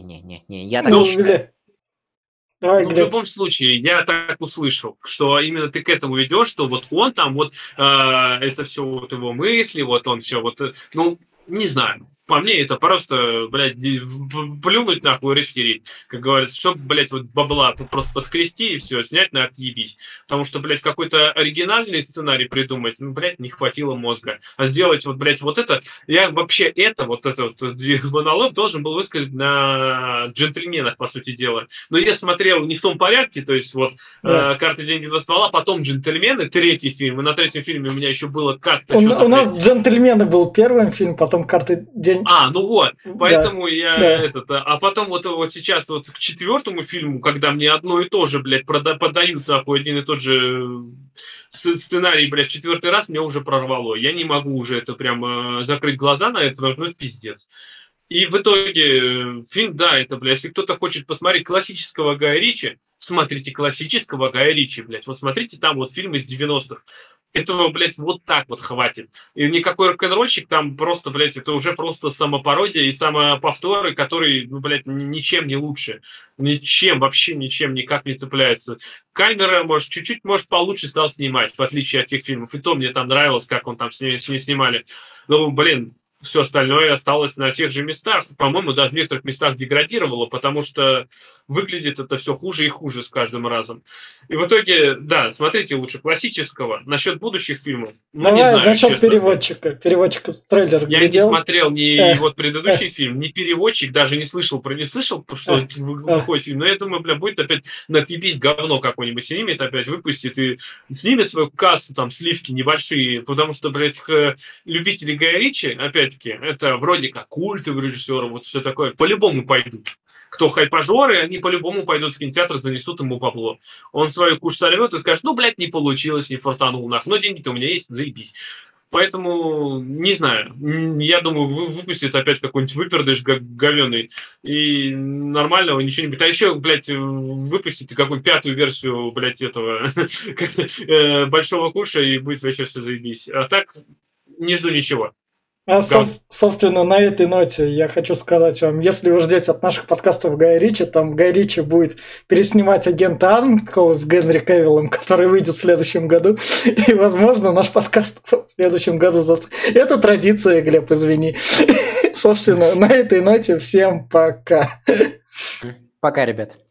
Не, я так Ну, не считаю. бля. Давай, Ну, в Глеб. любом случае, я так услышал, что именно ты к этому ведешь, что вот он там, вот это все вот его мысли, вот он все вот, ну, не знаю. По мне это просто, блядь, плюнуть нахуй и растереть. Как говорится, чтобы, блядь, вот бабла просто подскрести и все, снять на отъебись. Потому что, блядь, какой-то оригинальный сценарий придумать, ну, блядь, не хватило мозга. А сделать вот, блядь, вот это, я вообще вот этот монолог должен был высказать на джентльменах, по сути дела. Но я смотрел не в том порядке, то есть вот Да. «Карты, деньги, два ствола», потом «Джентльмены», третий фильм, и на третьем фильме у меня еще было как-то У что-то... нас «Джентльмены» был первым фильм, потом «Карты деньги». Ну вот, поэтому я да. А потом вот сейчас вот к четвертому фильму, когда мне одно и то же, блядь, подают нахуй один и тот же сценарий, блядь, в четвертый раз, меня уже прорвало. Я не могу уже это прям закрыть глаза на это, потому что это пиздец. И в итоге фильм, да, это, блядь, если кто-то хочет посмотреть классического Гая Ричи, смотрите классического Гая Ричи, блядь. Вот смотрите там вот фильм из 90-х. Этого, блядь, вот так вот хватит. И никакой рок-н-ролльщик там просто, блядь, это уже просто самопародия и самоповторы, которые, ну, блядь, ничем не лучше. Ничем, вообще ничем никак не цепляются. Камера, может, чуть-чуть, может, получше стал снимать, в отличие от тех фильмов. И то мне там нравилось, как он там с ней снимали. Ну, блин, все остальное осталось на тех же местах. По-моему, даже в некоторых местах деградировало, потому что выглядит это все хуже и хуже с каждым разом. И в итоге, да, смотрите лучше классического. Насчет будущих фильмов, ну, не Давай знаю, насчет честно. переводчика. Переводчика трейлер Я глядел. не смотрел ни вот предыдущий фильм, ни переводчик, даже не слышал, что выходит фильм. Но я думаю, бля, будет опять натъебись говно какое-нибудь снимет, опять выпустит и снимет свою кассу, там, сливки небольшие, потому что, блядь, любители Гая Ричи, опять-таки, это вроде как культовый режиссер, вот все такое, по-любому пойдут. Кто хайпажоры, они по-любому пойдут в кинотеатр, занесут ему бабло. Он свою куш сорвет и скажет, ну, блядь, не получилось, не фартанул, нах, но деньги-то у меня есть, заебись. Поэтому, не знаю, я думаю, выпустит опять какой-нибудь выпердыш говёный, и нормального ничего не будет. А еще, блядь, выпустит какую-нибудь пятую версию, блядь, этого Большого Куша, и будет вообще все заебись. А так, не жду ничего. Собственно, на этой ноте я хочу сказать вам, если вы ждете от наших подкастов Гая Ричи, там Гай Ричи будет переснимать агента Анкл с Генри Кевиллом, который выйдет в следующем году, и, возможно, наш подкаст в следующем году... Это традиция, Глеб, извини. Собственно, на этой ноте всем пока. Пока, ребят.